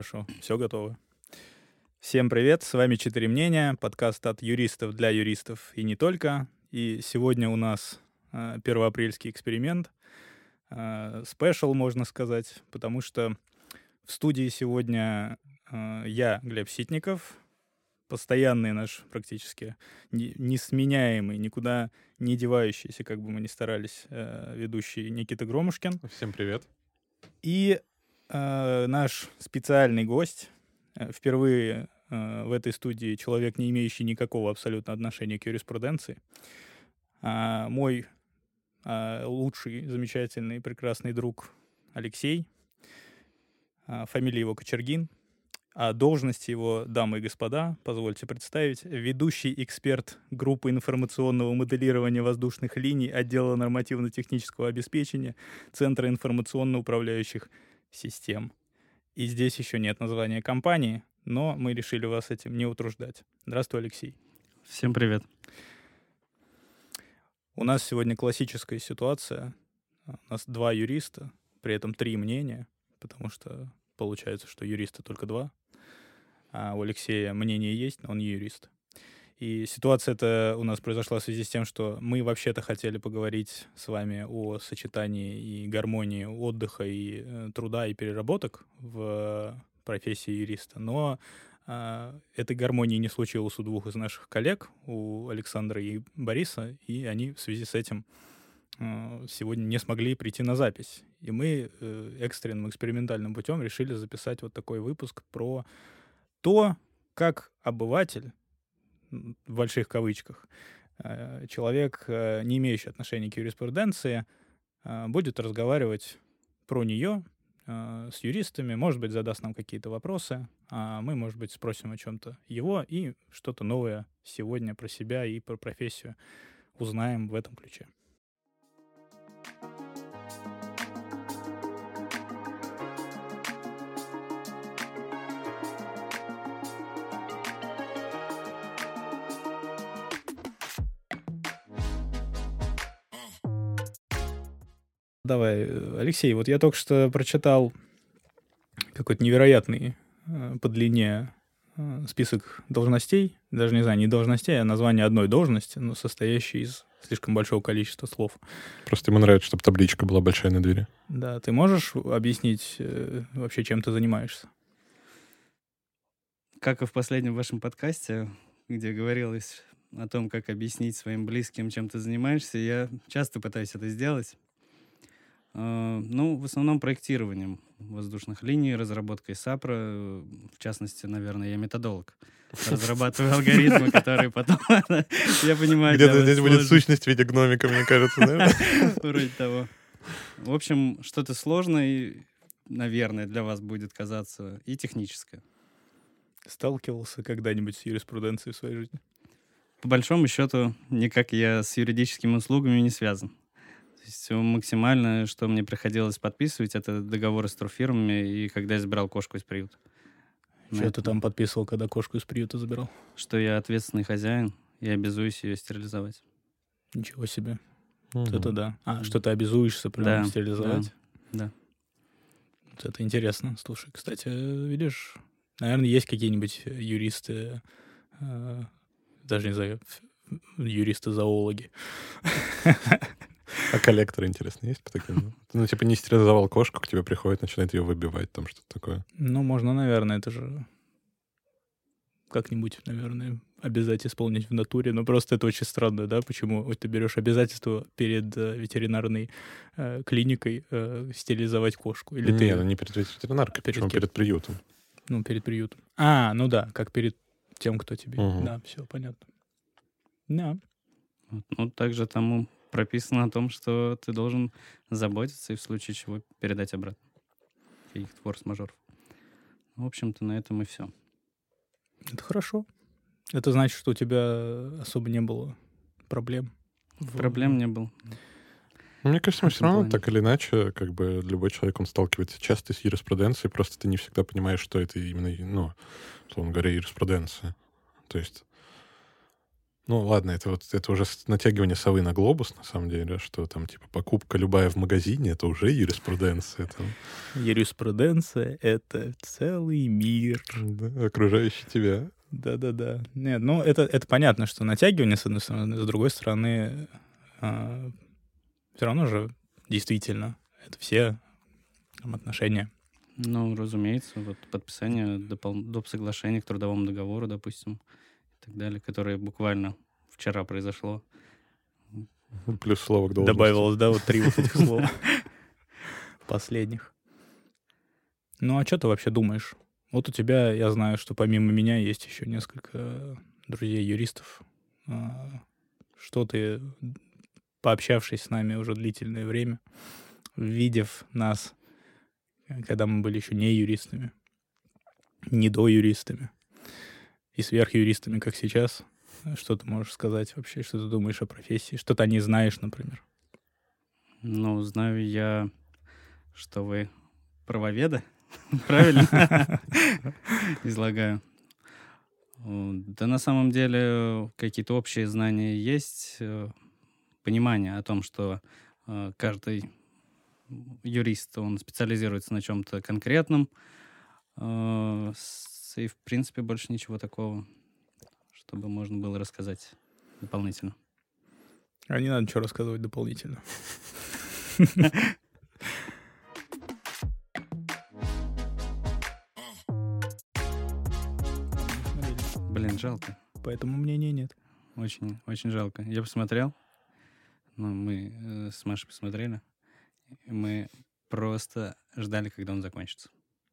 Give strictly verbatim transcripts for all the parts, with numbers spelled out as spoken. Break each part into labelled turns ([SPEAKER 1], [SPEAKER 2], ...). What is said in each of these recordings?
[SPEAKER 1] Хорошо, все готово. Всем привет, с вами «Четыре мнения», подкаст от юристов для юристов и не только. И сегодня у нас э, первоапрельский эксперимент, э, спешл, можно сказать, потому что в студии сегодня э, я, Глеб Ситников, постоянный наш практически не- несменяемый, никуда не девающийся, как бы мы ни старались, э, ведущий Никита Громушкин.
[SPEAKER 2] Всем привет.
[SPEAKER 1] И э, наш специальный гость, э, впервые э, в этой студии человек, не имеющий никакого абсолютно отношения к юриспруденции, а мой а, лучший, замечательный, прекрасный друг Алексей, а, фамилия его Кочергин, а должность его, дамы и господа, позвольте представить, ведущий эксперт группы информационного моделирования воздушных линий отдела нормативно-технического обеспечения Центра информационно-управляющих систем. И здесь еще нет названия компании, но мы решили вас этим не утруждать. Здравствуй, Алексей.
[SPEAKER 3] Всем привет.
[SPEAKER 1] У нас сегодня классическая ситуация. У нас два юриста, при этом три мнения, потому что получается, что юриста только два. А у Алексея мнение есть, но он не юрист. И ситуация эта у нас произошла в связи с тем, что мы вообще-то хотели поговорить с вами о сочетании и гармонии отдыха и э, труда и переработок в профессии юриста, но э, этой гармонии не случилось у двух из наших коллег, у Александра и Бориса, и они в связи с этим э, сегодня не смогли прийти на запись. И мы э, экстренным экспериментальным путем решили записать вот такой выпуск про то, как обыватель, в больших кавычках, э, человек, э, не имеющий отношения к юриспруденции, э, будет разговаривать про нее э, с юристами, может быть, задаст нам какие-то вопросы, а мы, может быть, спросим о чем-то его и что-то новое сегодня про себя и про профессию узнаем в этом ключе. Давай, Алексей, вот я только что прочитал какой-то невероятный э, по длине э, список должностей, даже не знаю, не должностей, а название одной должности, но состоящей из слишком большого количества слов.
[SPEAKER 2] Просто ему нравится, чтобы табличка была большая на двери.
[SPEAKER 1] Да, ты можешь объяснить э, вообще, чем ты занимаешься?
[SPEAKER 3] Как и в последнем вашем подкасте, где говорилось о том, как объяснить своим близким, чем ты занимаешься, я часто пытаюсь это сделать. Э, Ну, в основном проектированием воздушных линий, разработкой САПРа. э, В частности, наверное, я методолог. Разрабатываю алгоритмы, которые потом, я понимаю, для
[SPEAKER 2] Где-то
[SPEAKER 3] вас
[SPEAKER 2] здесь будет
[SPEAKER 3] сложно.
[SPEAKER 2] сущность в виде гномика, мне кажется, да?
[SPEAKER 3] Вроде того. В общем, что-то сложное, наверное, для вас будет казаться и техническое.
[SPEAKER 1] Сталкивался когда-нибудь с юриспруденцией в своей жизни?
[SPEAKER 3] По большому счету, никак я с юридическими услугами не связан. То есть всё максимальное, что мне приходилось подписывать, это договоры с турфирмами, и когда я забирал кошку из приюта. На
[SPEAKER 1] Что ты
[SPEAKER 3] этом.
[SPEAKER 1] там подписывал, когда кошку из приюта забирал?
[SPEAKER 3] Что я ответственный хозяин и обязуюсь ее стерилизовать.
[SPEAKER 1] Ничего себе. Вот
[SPEAKER 2] Мгм.
[SPEAKER 1] это да. А, что ты обязуешься прям
[SPEAKER 3] Да,
[SPEAKER 1] стерилизовать?
[SPEAKER 3] Да.
[SPEAKER 1] Вот это интересно. Слушай, кстати, э, видишь, наверное, есть какие-нибудь э, юристы, э, даже не знаю, ф- юристы-зоологи.
[SPEAKER 2] А коллекторы, интересно, есть по таким? Ну, типа, не стерилизовал кошку, к тебе приходит, начинает ее выбивать, там что-то такое.
[SPEAKER 1] Ну, можно, наверное, это же как-нибудь, наверное, обязать исполнить в натуре. Но просто это очень странно, да? Почему вот ты берешь обязательство перед э, ветеринарной э, клиникой э, стерилизовать кошку? Или
[SPEAKER 2] Не,
[SPEAKER 1] ты,
[SPEAKER 2] ну не перед ветеринаркой,
[SPEAKER 1] перед
[SPEAKER 2] почему?
[SPEAKER 1] кем?
[SPEAKER 2] Перед приютом.
[SPEAKER 1] ну, перед приютом? А, ну да, как перед тем, кто тебе.
[SPEAKER 2] Мгм.
[SPEAKER 1] Да, все понятно. Да.
[SPEAKER 3] Вот. Ну, также там прописано о том, что ты должен заботиться и в случае чего передать обратно. Каких-то форс-мажоров. В общем-то, на этом и все.
[SPEAKER 1] Это хорошо. Это значит, что у тебя особо не было проблем. в-
[SPEAKER 3] Проблем не было.
[SPEAKER 2] Ну, мне кажется, мы
[SPEAKER 3] В
[SPEAKER 2] все
[SPEAKER 3] этом
[SPEAKER 2] равно,
[SPEAKER 3] плане.
[SPEAKER 2] так или иначе, как бы любой человек, он сталкивается часто с юриспруденцией, просто ты не всегда понимаешь, что это именно, ну, условно говоря, юриспруденция. То есть, Ну, ладно, это вот это уже с- натягивание совы на глобус, на самом деле, что там, типа, покупка любая в магазине, это уже юриспруденция. Там,
[SPEAKER 1] Юриспруденция — это целый мир.
[SPEAKER 2] да, окружающий тебя.
[SPEAKER 1] Да-да-да. Нет, ну это, это понятно, что натягивание, с одной стороны, с другой стороны, все равно же действительно это все там, отношения.
[SPEAKER 3] Ну, разумеется, вот подписание допол- доп. Соглашения к трудовому договору, допустим, и так далее, которое буквально вчера произошло.
[SPEAKER 2] Плюс слово к должности.
[SPEAKER 1] Добавилось, да, вот три вот этих слова последних. Ну, а что ты вообще думаешь? Вот у тебя, я знаю, что помимо меня есть еще несколько друзей-юристов. А, Что ты, пообщавшись с нами уже длительное время, видев нас, э, когда мы были еще не юристами, не доюристами и сверхюристами, как сейчас, э, что ты можешь сказать вообще, что ты думаешь о профессии, что ты о ней знаешь, например?
[SPEAKER 3] Ну, знаю я, что вы правоведы, правильно? Излагаю. О, Да на самом деле какие-то общие знания есть, э, понимание о том, что э, каждый юрист, он специализируется на чем-то конкретном, э, с- и в принципе больше ничего такого, чтобы можно было рассказать дополнительно.
[SPEAKER 1] А не надо ничего рассказывать дополнительно.
[SPEAKER 3] Блин, жалко.
[SPEAKER 1] Поэтому мнения нет.
[SPEAKER 3] Очень, очень жалко. Я посмотрел. Ну, мы э, с Машей посмотрели. И мы просто ждали, когда он закончится.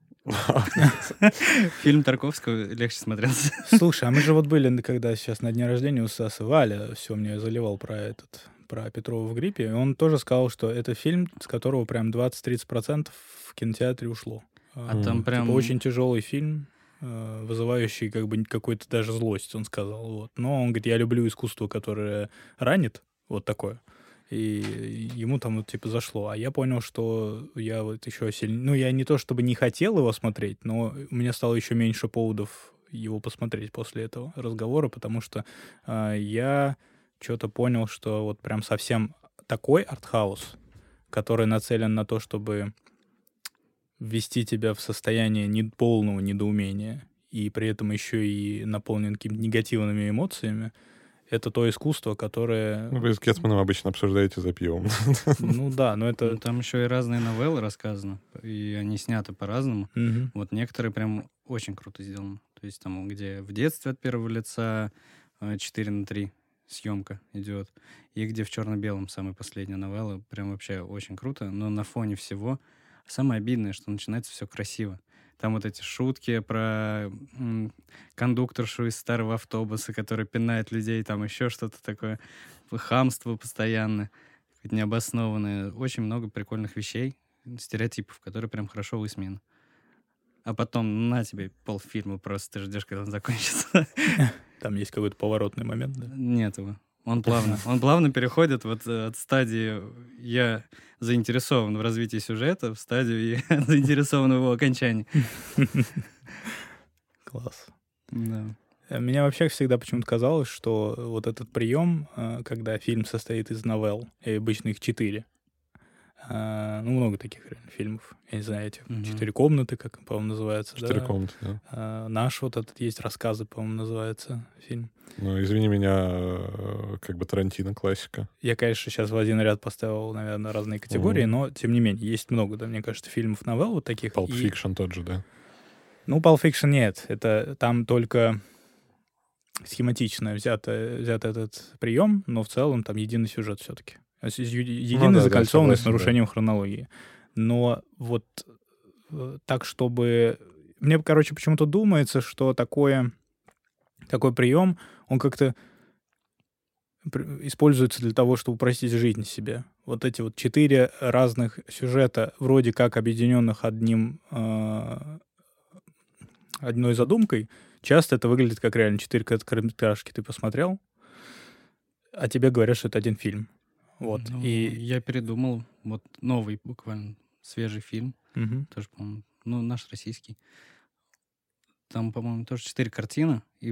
[SPEAKER 3] Фильм Тарковского легче смотрелся.
[SPEAKER 1] Слушай, а мы же вот были, н- когда сейчас на дне рождения у Сасы Валя все мне заливал про этот, про Петрова в гриппе, и он тоже сказал, что это фильм, с которого прям двадцать-тридцать процентов в кинотеатре ушло.
[SPEAKER 3] А
[SPEAKER 1] А,
[SPEAKER 3] там
[SPEAKER 1] Типа
[SPEAKER 3] прям...
[SPEAKER 1] очень тяжелый фильм, э, вызывающий как бы какую-то даже злость, он сказал. Вот. Но он говорит, я люблю искусство, которое ранит, вот такое. И ему там вот типа зашло. А я понял, что я вот еще сильнее... Ну, я не то чтобы не хотел его смотреть, но у меня стало еще меньше поводов его посмотреть после этого разговора, потому что а, я что-то понял, что вот прям совсем такой артхаус, который нацелен на то, чтобы ввести тебя в состояние не- полного недоумения и при этом еще и наполнен какими-то негативными эмоциями, это то искусство, которое...
[SPEAKER 2] Ну, вы с Гетманом обычно обсуждаете за пивом.
[SPEAKER 1] Ну да, но
[SPEAKER 3] Ну,
[SPEAKER 1] это...
[SPEAKER 3] там еще и разные новеллы рассказаны, и они сняты по-разному.
[SPEAKER 1] Мгм.
[SPEAKER 3] Вот некоторые прям очень круто сделаны. То есть там, где в детстве от первого лица э, четыре на три съемка идет, и где в черно-белом самая последняя новелла, прям вообще очень круто, но на фоне всего самое обидное, что начинается все красиво. Там вот эти шутки про м, кондукторшу из старого автобуса, который пинает людей, там еще что-то такое, хамство постоянно, какое-то необоснованное. Очень много прикольных вещей, стереотипов, которые прям хорошо высмеяны. А потом на тебе полфильма просто ты ждешь, когда он закончится.
[SPEAKER 1] Там есть какой-то поворотный момент, да?
[SPEAKER 3] Нет его. Он плавно, он плавно переходит вот э, от стадии «я заинтересован в развитии сюжета» в стадию «я заинтересован в его окончании».
[SPEAKER 1] Класс.
[SPEAKER 3] Да.
[SPEAKER 1] Э, Мне вообще всегда почему-то казалось, что вот этот прием, э, когда фильм состоит из новелл, и обычно их четыре, а, ну, много таких реально фильмов, я не знаю, эти
[SPEAKER 3] Мгм.
[SPEAKER 1] «Четыре комнаты», как, по-моему, называется,
[SPEAKER 2] Четыре
[SPEAKER 1] да?
[SPEAKER 2] комнаты, да.
[SPEAKER 1] А, Наш вот этот есть, «Рассказы», по-моему, называется фильм.
[SPEAKER 2] Ну, извини меня, э, как бы Тарантино классика.
[SPEAKER 1] Я, конечно, сейчас в один ряд поставил, наверное, разные категории,
[SPEAKER 2] Мгм.
[SPEAKER 1] но, тем не менее, есть много, да, мне кажется, фильмов, новелл вот таких.
[SPEAKER 2] Pulp
[SPEAKER 1] и-
[SPEAKER 2] Fiction тот же, да.
[SPEAKER 1] Ну, Pulp Fiction нет, это там только схематично взят, взят этот прием, но в целом там единый сюжет все-таки. Единый,
[SPEAKER 2] Ну да, да,
[SPEAKER 1] закольцованный, с
[SPEAKER 2] согласен, да.
[SPEAKER 1] нарушением хронологии. Но вот э, так, чтобы... Мне, короче, почему-то думается, что такое, такой прием, он как-то пр- используется для того, чтобы упростить жизнь себе. Вот эти вот четыре разных сюжета, вроде как объединенных одним, э, одной задумкой, часто это выглядит как реально четыре короткометражки ты посмотрел, а тебе говорят, что это один фильм. Вот.
[SPEAKER 3] Ну,
[SPEAKER 1] И...
[SPEAKER 3] я передумал. Вот новый, буквально, свежий фильм.
[SPEAKER 1] Мгм.
[SPEAKER 3] Тоже, по-моему, ну, наш российский. Там, по-моему, тоже четыре картины. И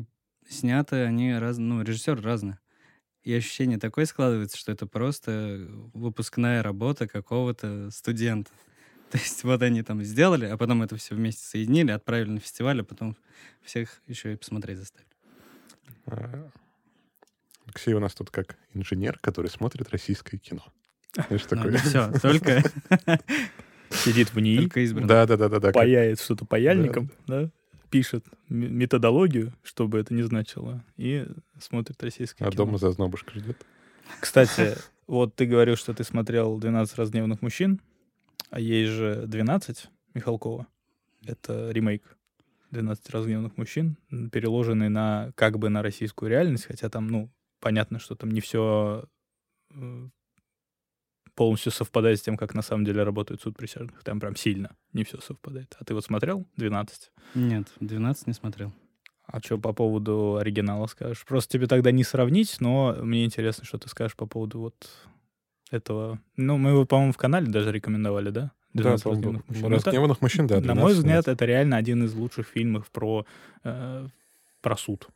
[SPEAKER 3] сняты они раз, ну, режиссер разные. И ощущение такое складывается, что это просто выпускная работа какого-то студента. То есть вот они там сделали, а потом это все вместе соединили, отправили на фестиваль, а потом всех еще и посмотреть заставили.
[SPEAKER 2] А, Алексей у нас тут как инженер, который смотрит российское кино. Знаешь,
[SPEAKER 3] Ну,
[SPEAKER 2] такое.
[SPEAKER 3] не все, только,
[SPEAKER 1] Сидит в НИИ,
[SPEAKER 3] только избранные.
[SPEAKER 2] Да, да, да, да, да. как-
[SPEAKER 1] паяет что-то паяльником, да, пишет м- методологию, что бы это ни значило, и смотрит российское
[SPEAKER 2] А
[SPEAKER 1] кино.
[SPEAKER 2] дома зазнобушка ждет.
[SPEAKER 1] Кстати, вот ты говорил, что ты смотрел «двенадцать разгневанных мужчин», а есть же «двенадцать» Михалкова. Это ремейк «двенадцать разгневанных мужчин», м, переложенный на как бы на российскую реальность, хотя там, ну, понятно, что там не все полностью совпадает с тем, как на самом деле работает суд присяжных. Там прям сильно не все совпадает. А ты вот смотрел «двенадцать»?
[SPEAKER 3] Нет, двенадцать не смотрел.
[SPEAKER 1] А что по поводу оригинала скажешь? Просто тебе тогда не сравнить, но мне интересно, что ты скажешь по поводу вот этого. Ну, мы его, по-моему, в канале даже рекомендовали, да?
[SPEAKER 2] Да,
[SPEAKER 1] «двенадцать
[SPEAKER 2] по-моему,
[SPEAKER 1] разгневанных мужчин». Ну, это,
[SPEAKER 2] разгневанных мужчин, да,
[SPEAKER 1] на мой
[SPEAKER 2] двенадцать
[SPEAKER 1] взгляд,
[SPEAKER 2] нет.
[SPEAKER 1] это реально один из лучших фильмов про, э, про суд.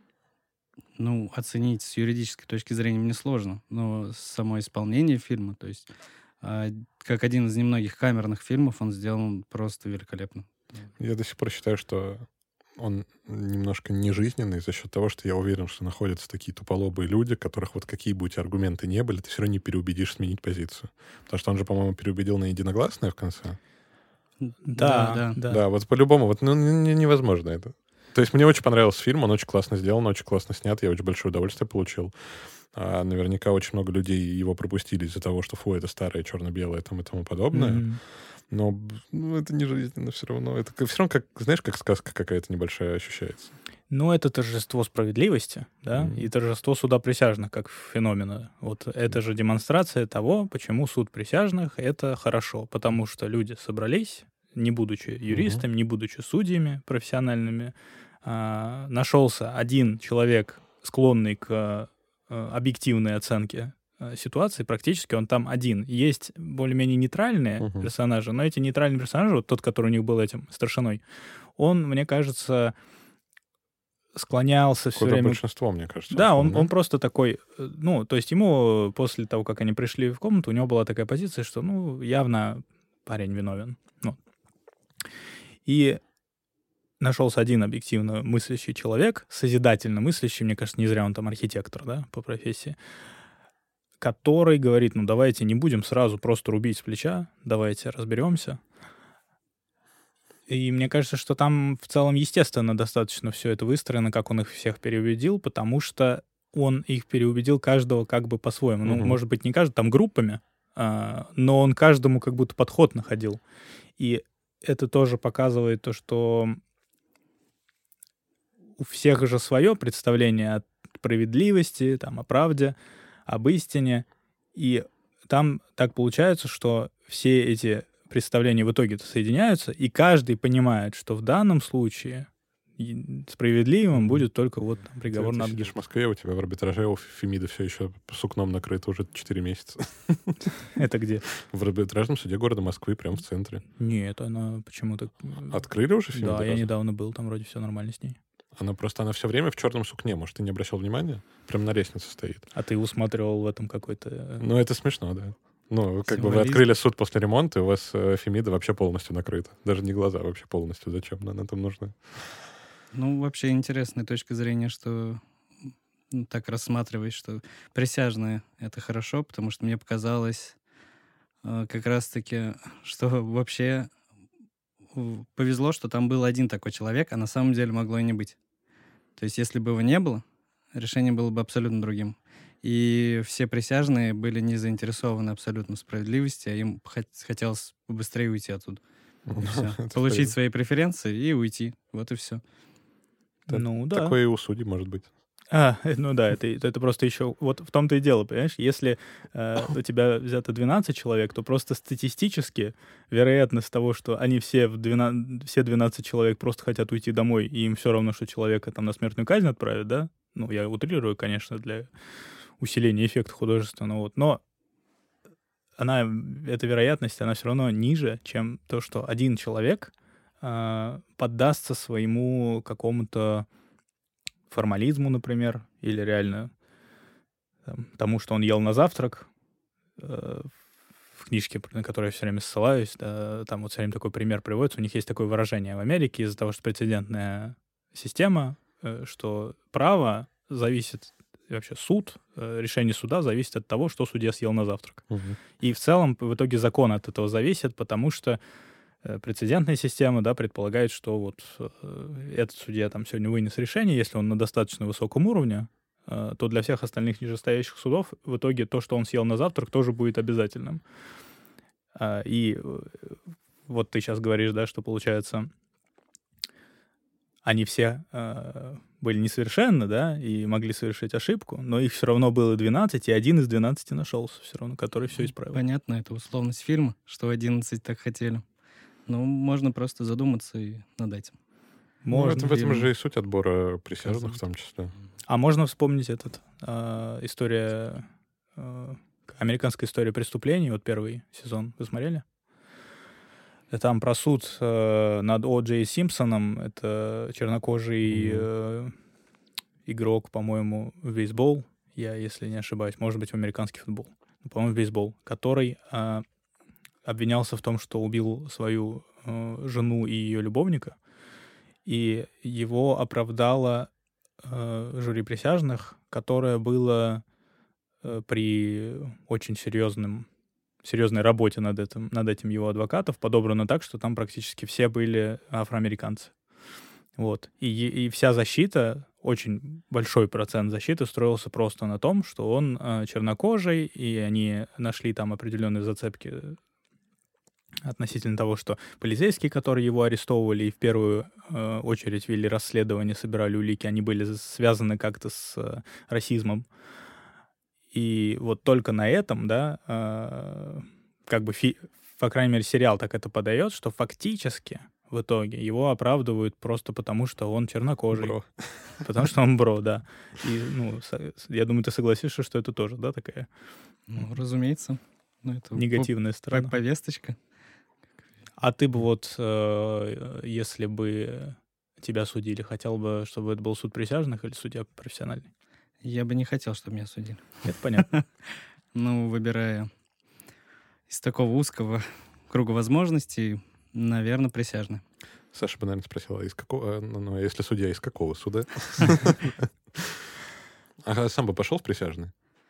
[SPEAKER 3] Ну, оценить с юридической точки зрения мне сложно, но само исполнение фильма, то есть а, как один из немногих камерных фильмов, он сделан просто великолепно.
[SPEAKER 2] Я до сих пор считаю, что он немножко нежизненный за счет того, что я уверен, что находятся такие туполобые люди, которых вот какие бы у тебя аргументы не были, ты все равно не переубедишь сменить позицию. Потому что он же, по-моему, переубедил на единогласное в конце.
[SPEAKER 1] Да, да.
[SPEAKER 3] да.
[SPEAKER 2] Да, вот по-любому, вот ну, н- н- невозможно это. То есть мне очень понравился фильм, он очень классно сделан, очень классно снят, я очень большое удовольствие получил. А наверняка очень много людей его пропустили из-за того, что фу, это старое, черно-белое там и тому подобное.
[SPEAKER 1] Мгм.
[SPEAKER 2] Но ну, это не жизненно все равно. Это все равно, как, знаешь, как сказка какая-то небольшая ощущается.
[SPEAKER 1] Ну, это торжество справедливости, да,
[SPEAKER 2] Мгм.
[SPEAKER 1] и торжество суда присяжных как феномена. Вот это же демонстрация того, почему суд присяжных — это хорошо. Потому что люди собрались, не будучи юристами, не будучи судьями профессиональными, а, нашелся один человек, склонный к а, объективной оценке а, ситуации, практически он там один. Есть более-менее нейтральные
[SPEAKER 2] Мгм.
[SPEAKER 1] персонажи, но эти нейтральные персонажи, вот тот, который у них был этим старшиной, он, мне кажется, склонялся все
[SPEAKER 2] Куда
[SPEAKER 1] время...
[SPEAKER 2] большинство, мне кажется.
[SPEAKER 1] Да, он,
[SPEAKER 2] условно.
[SPEAKER 1] он просто такой, э, ну, то есть ему после того, как они пришли в комнату, у него была такая позиция, что, ну, явно парень виновен. Ну. И нашелся один объективно мыслящий человек, созидательно мыслящий, мне кажется, не зря он там архитектор, да, по профессии, который говорит, ну, давайте не будем сразу просто рубить с плеча, давайте разберемся. И мне кажется, что там в целом естественно достаточно все это выстроено, как он их всех переубедил, потому что он их переубедил каждого как бы по-своему. Ну,
[SPEAKER 2] Мгм.
[SPEAKER 1] может быть, не каждый, там группами, а, но он каждому как будто подход находил. И это тоже показывает то, что у всех же свое представление о справедливости, там, о правде, об истине. И там так получается, что все эти представления в итоге соединяются, и каждый понимает, что в данном случае и справедливым
[SPEAKER 2] Мгм.
[SPEAKER 1] будет только вот там,
[SPEAKER 2] Ты,
[SPEAKER 1] приговор
[SPEAKER 2] ты
[SPEAKER 1] над
[SPEAKER 2] сидишь в Москве, у тебя в арбитраже у Фемида все еще сукном накрыто уже четыре месяца.
[SPEAKER 1] Это где?
[SPEAKER 2] В арбитражном суде города Москвы, прямо в центре.
[SPEAKER 1] Нет, она почему-то...
[SPEAKER 2] Открыли уже Фемида?
[SPEAKER 1] Да, я
[SPEAKER 2] разве?
[SPEAKER 1] недавно был, там вроде все нормально с ней.
[SPEAKER 2] Она просто, она все время в черном сукне. Может, ты не обращал внимания? Прям на лестнице стоит.
[SPEAKER 1] А ты усматривал в этом какой-то... э,
[SPEAKER 2] Ну, это смешно, да. Ну, как бы вы
[SPEAKER 3] Символизм.
[SPEAKER 2] открыли суд после ремонта, и у вас э, Фемида вообще полностью накрыта. Даже не глаза, вообще полностью. Зачем она там нужна?
[SPEAKER 3] Ну, вообще интересная точка зрения, что ну, так рассматривать, что присяжные — это хорошо, потому что мне показалось э, как раз-таки, что вообще в- повезло, что там был один такой человек, а на самом деле могло и не быть. То есть если бы его не было, решение было бы абсолютно другим. И все присяжные были не заинтересованы абсолютно в справедливости, а им хот- хотелось побыстрее уйти оттуда. И всё.
[SPEAKER 2] Это
[SPEAKER 3] Получить
[SPEAKER 2] справедливо.
[SPEAKER 3] свои преференции и уйти. Вот и все.
[SPEAKER 2] Так-
[SPEAKER 1] Ну, да.
[SPEAKER 2] Такое и у судей может быть.
[SPEAKER 1] А, э, ну да, это, это просто еще... Вот в том-то и дело, понимаешь? Если э, у тебя взято двенадцать человек, то просто статистически вероятность того, что они все, в двенадцать, все двенадцать человек просто хотят уйти домой, и им все равно, что человека там на смертную казнь отправят, да? Ну, я утрирую, конечно, для усиления эффекта художественного, вот. Но она, эта вероятность, она все равно ниже, чем то, что один человек э, поддастся своему какому-то формализму, например, или реально там, тому, что он ел на завтрак. Э, в книжке, на которую я все время ссылаюсь, да, там вот все время такой пример приводится. У них есть такое выражение в Америке из-за того, что прецедентная система, э, что право зависит, и вообще суд, э, решение суда зависит от того, что судья съел на завтрак.
[SPEAKER 2] Угу.
[SPEAKER 1] И в целом, в итоге, закон от этого зависит, потому что э, прецедентная система, да, предполагает, что вот э, этот судья там сегодня вынес решение, если он на достаточно высоком уровне, э, то для всех остальных нижестоящих судов в итоге то, что он съел на завтрак, тоже будет обязательным. А, и э, вот ты сейчас говоришь, да, что получается, они все э, были несовершенны, да, и могли совершить ошибку, но их все равно было двенадцать, и один из двенадцати нашелся все равно, который все исправил.
[SPEAKER 3] Понятно, это условность фильма, что одиннадцать так хотели. Ну, можно просто задуматься и над этим.
[SPEAKER 1] Можно.
[SPEAKER 2] Ну, в этом
[SPEAKER 3] Или-
[SPEAKER 2] же и суть отбора присяжных
[SPEAKER 3] Показывать.
[SPEAKER 2] в том числе.
[SPEAKER 1] А можно вспомнить этот э, история, э, американская история преступлений, вот первый сезон, вы смотрели? Там про суд э, над О. Джей Симпсоном, это чернокожий
[SPEAKER 2] Мгм.
[SPEAKER 1] э, игрок, по-моему, в бейсбол, я, если не ошибаюсь, может быть, в американский футбол, ну, по-моему, в бейсбол, который э, обвинялся в том, что убил свою э, жену и ее любовника, и его оправдало э, жюри присяжных, которое было э, при очень серьезном, серьезной работе над этим, над этим его адвокатов подобрано так, что там практически все были афроамериканцы. Вот. И, и вся защита, очень большой процент защиты строился просто на том, что он э, чернокожий, и они нашли там определенные зацепки относительно того, что полицейские, которые его арестовывали и в первую э, очередь вели расследование, собирали улики, они были связаны как-то с э, расизмом. И вот только на этом, да, э, как бы, фи- по крайней мере, сериал так это подает, что фактически в итоге его оправдывают просто потому, что он чернокожий.
[SPEAKER 2] Бро.
[SPEAKER 1] Потому что он бро, да. И, ну, со- я думаю, ты согласишься, что это тоже, да, такая
[SPEAKER 3] Ну, разумеется. Ну, это
[SPEAKER 1] негативная
[SPEAKER 3] по-
[SPEAKER 1] сторона.
[SPEAKER 3] повесточка.
[SPEAKER 1] А ты бы вот, э, если бы тебя судили, хотел бы, чтобы это был суд присяжных или судья профессиональный?
[SPEAKER 3] Я бы не хотел, чтобы меня судили.
[SPEAKER 1] Это понятно.
[SPEAKER 3] Ну, выбирая из такого узкого круга возможностей, наверное, присяжный.
[SPEAKER 2] Саша бы, наверное, спросила, из какого... Ну, ну, если судья, из какого суда? А сам бы пошел в присяжный?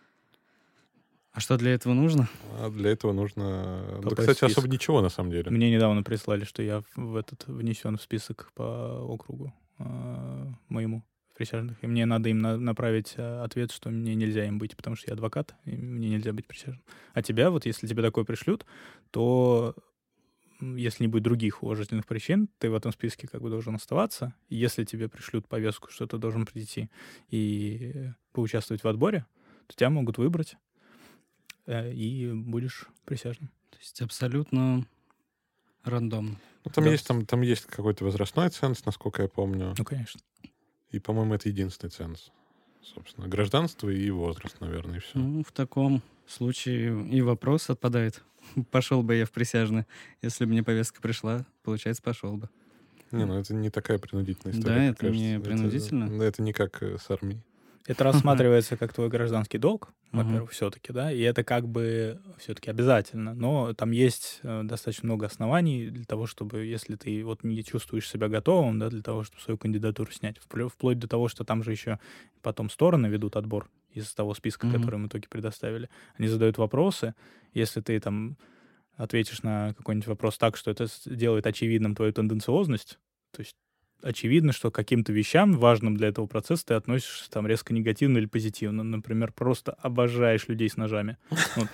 [SPEAKER 3] А что для этого нужно?
[SPEAKER 2] А для этого нужно... Да,
[SPEAKER 1] Попасть в
[SPEAKER 2] кстати,
[SPEAKER 1] список.
[SPEAKER 2] особо ничего, на самом деле.
[SPEAKER 1] Мне недавно прислали, что я в этот внесен в список по округу э, моему присяжных. И мне надо им на- направить э, ответ, что мне нельзя им быть, потому что я адвокат, и мне нельзя быть присяжным. А тебя, вот если тебе такое пришлют, то м, если не будет других уважительных причин, ты в этом списке как бы должен оставаться. И если тебе пришлют повестку, что ты должен прийти и поучаствовать в отборе, то тебя могут выбрать, э, и будешь присяжным.
[SPEAKER 3] То есть абсолютно рандомно.
[SPEAKER 2] Ну, там,
[SPEAKER 1] Да.
[SPEAKER 2] есть, там, там есть какой-то возрастной ценз, насколько я помню.
[SPEAKER 1] Ну, конечно.
[SPEAKER 2] И, по-моему, это единственный ценз. Собственно, гражданство и возраст, наверное, и все.
[SPEAKER 3] Ну, в таком случае и вопрос отпадает. Пошел бы я в присяжный. Если бы мне повестка пришла, получается, пошел бы.
[SPEAKER 2] Не, ну это не такая принудительная
[SPEAKER 3] Да,
[SPEAKER 2] история, как
[SPEAKER 3] это не
[SPEAKER 2] кажется.
[SPEAKER 3] принудительно.
[SPEAKER 2] Это, да, это не как э, с армией.
[SPEAKER 1] Это рассматривается как твой гражданский долг,
[SPEAKER 3] Мгм.
[SPEAKER 1] во-первых, все-таки, да, и это как бы все-таки обязательно, но там есть э, достаточно много оснований для того, чтобы, если ты вот не чувствуешь себя готовым, да, для того, чтобы свою кандидатуру снять, впло- вплоть до того, что там же еще потом стороны ведут отбор из того списка,
[SPEAKER 3] Мгм.
[SPEAKER 1] который им в итоге предоставили. Они задают вопросы, если ты там ответишь на какой-нибудь вопрос так, что это с- делает очевидным твою тенденциозность, то есть очевидно, что к каким-то вещам, важным для этого процесса, ты относишься там резко негативно или позитивно. Например, просто обожаешь людей с ножами. Вот.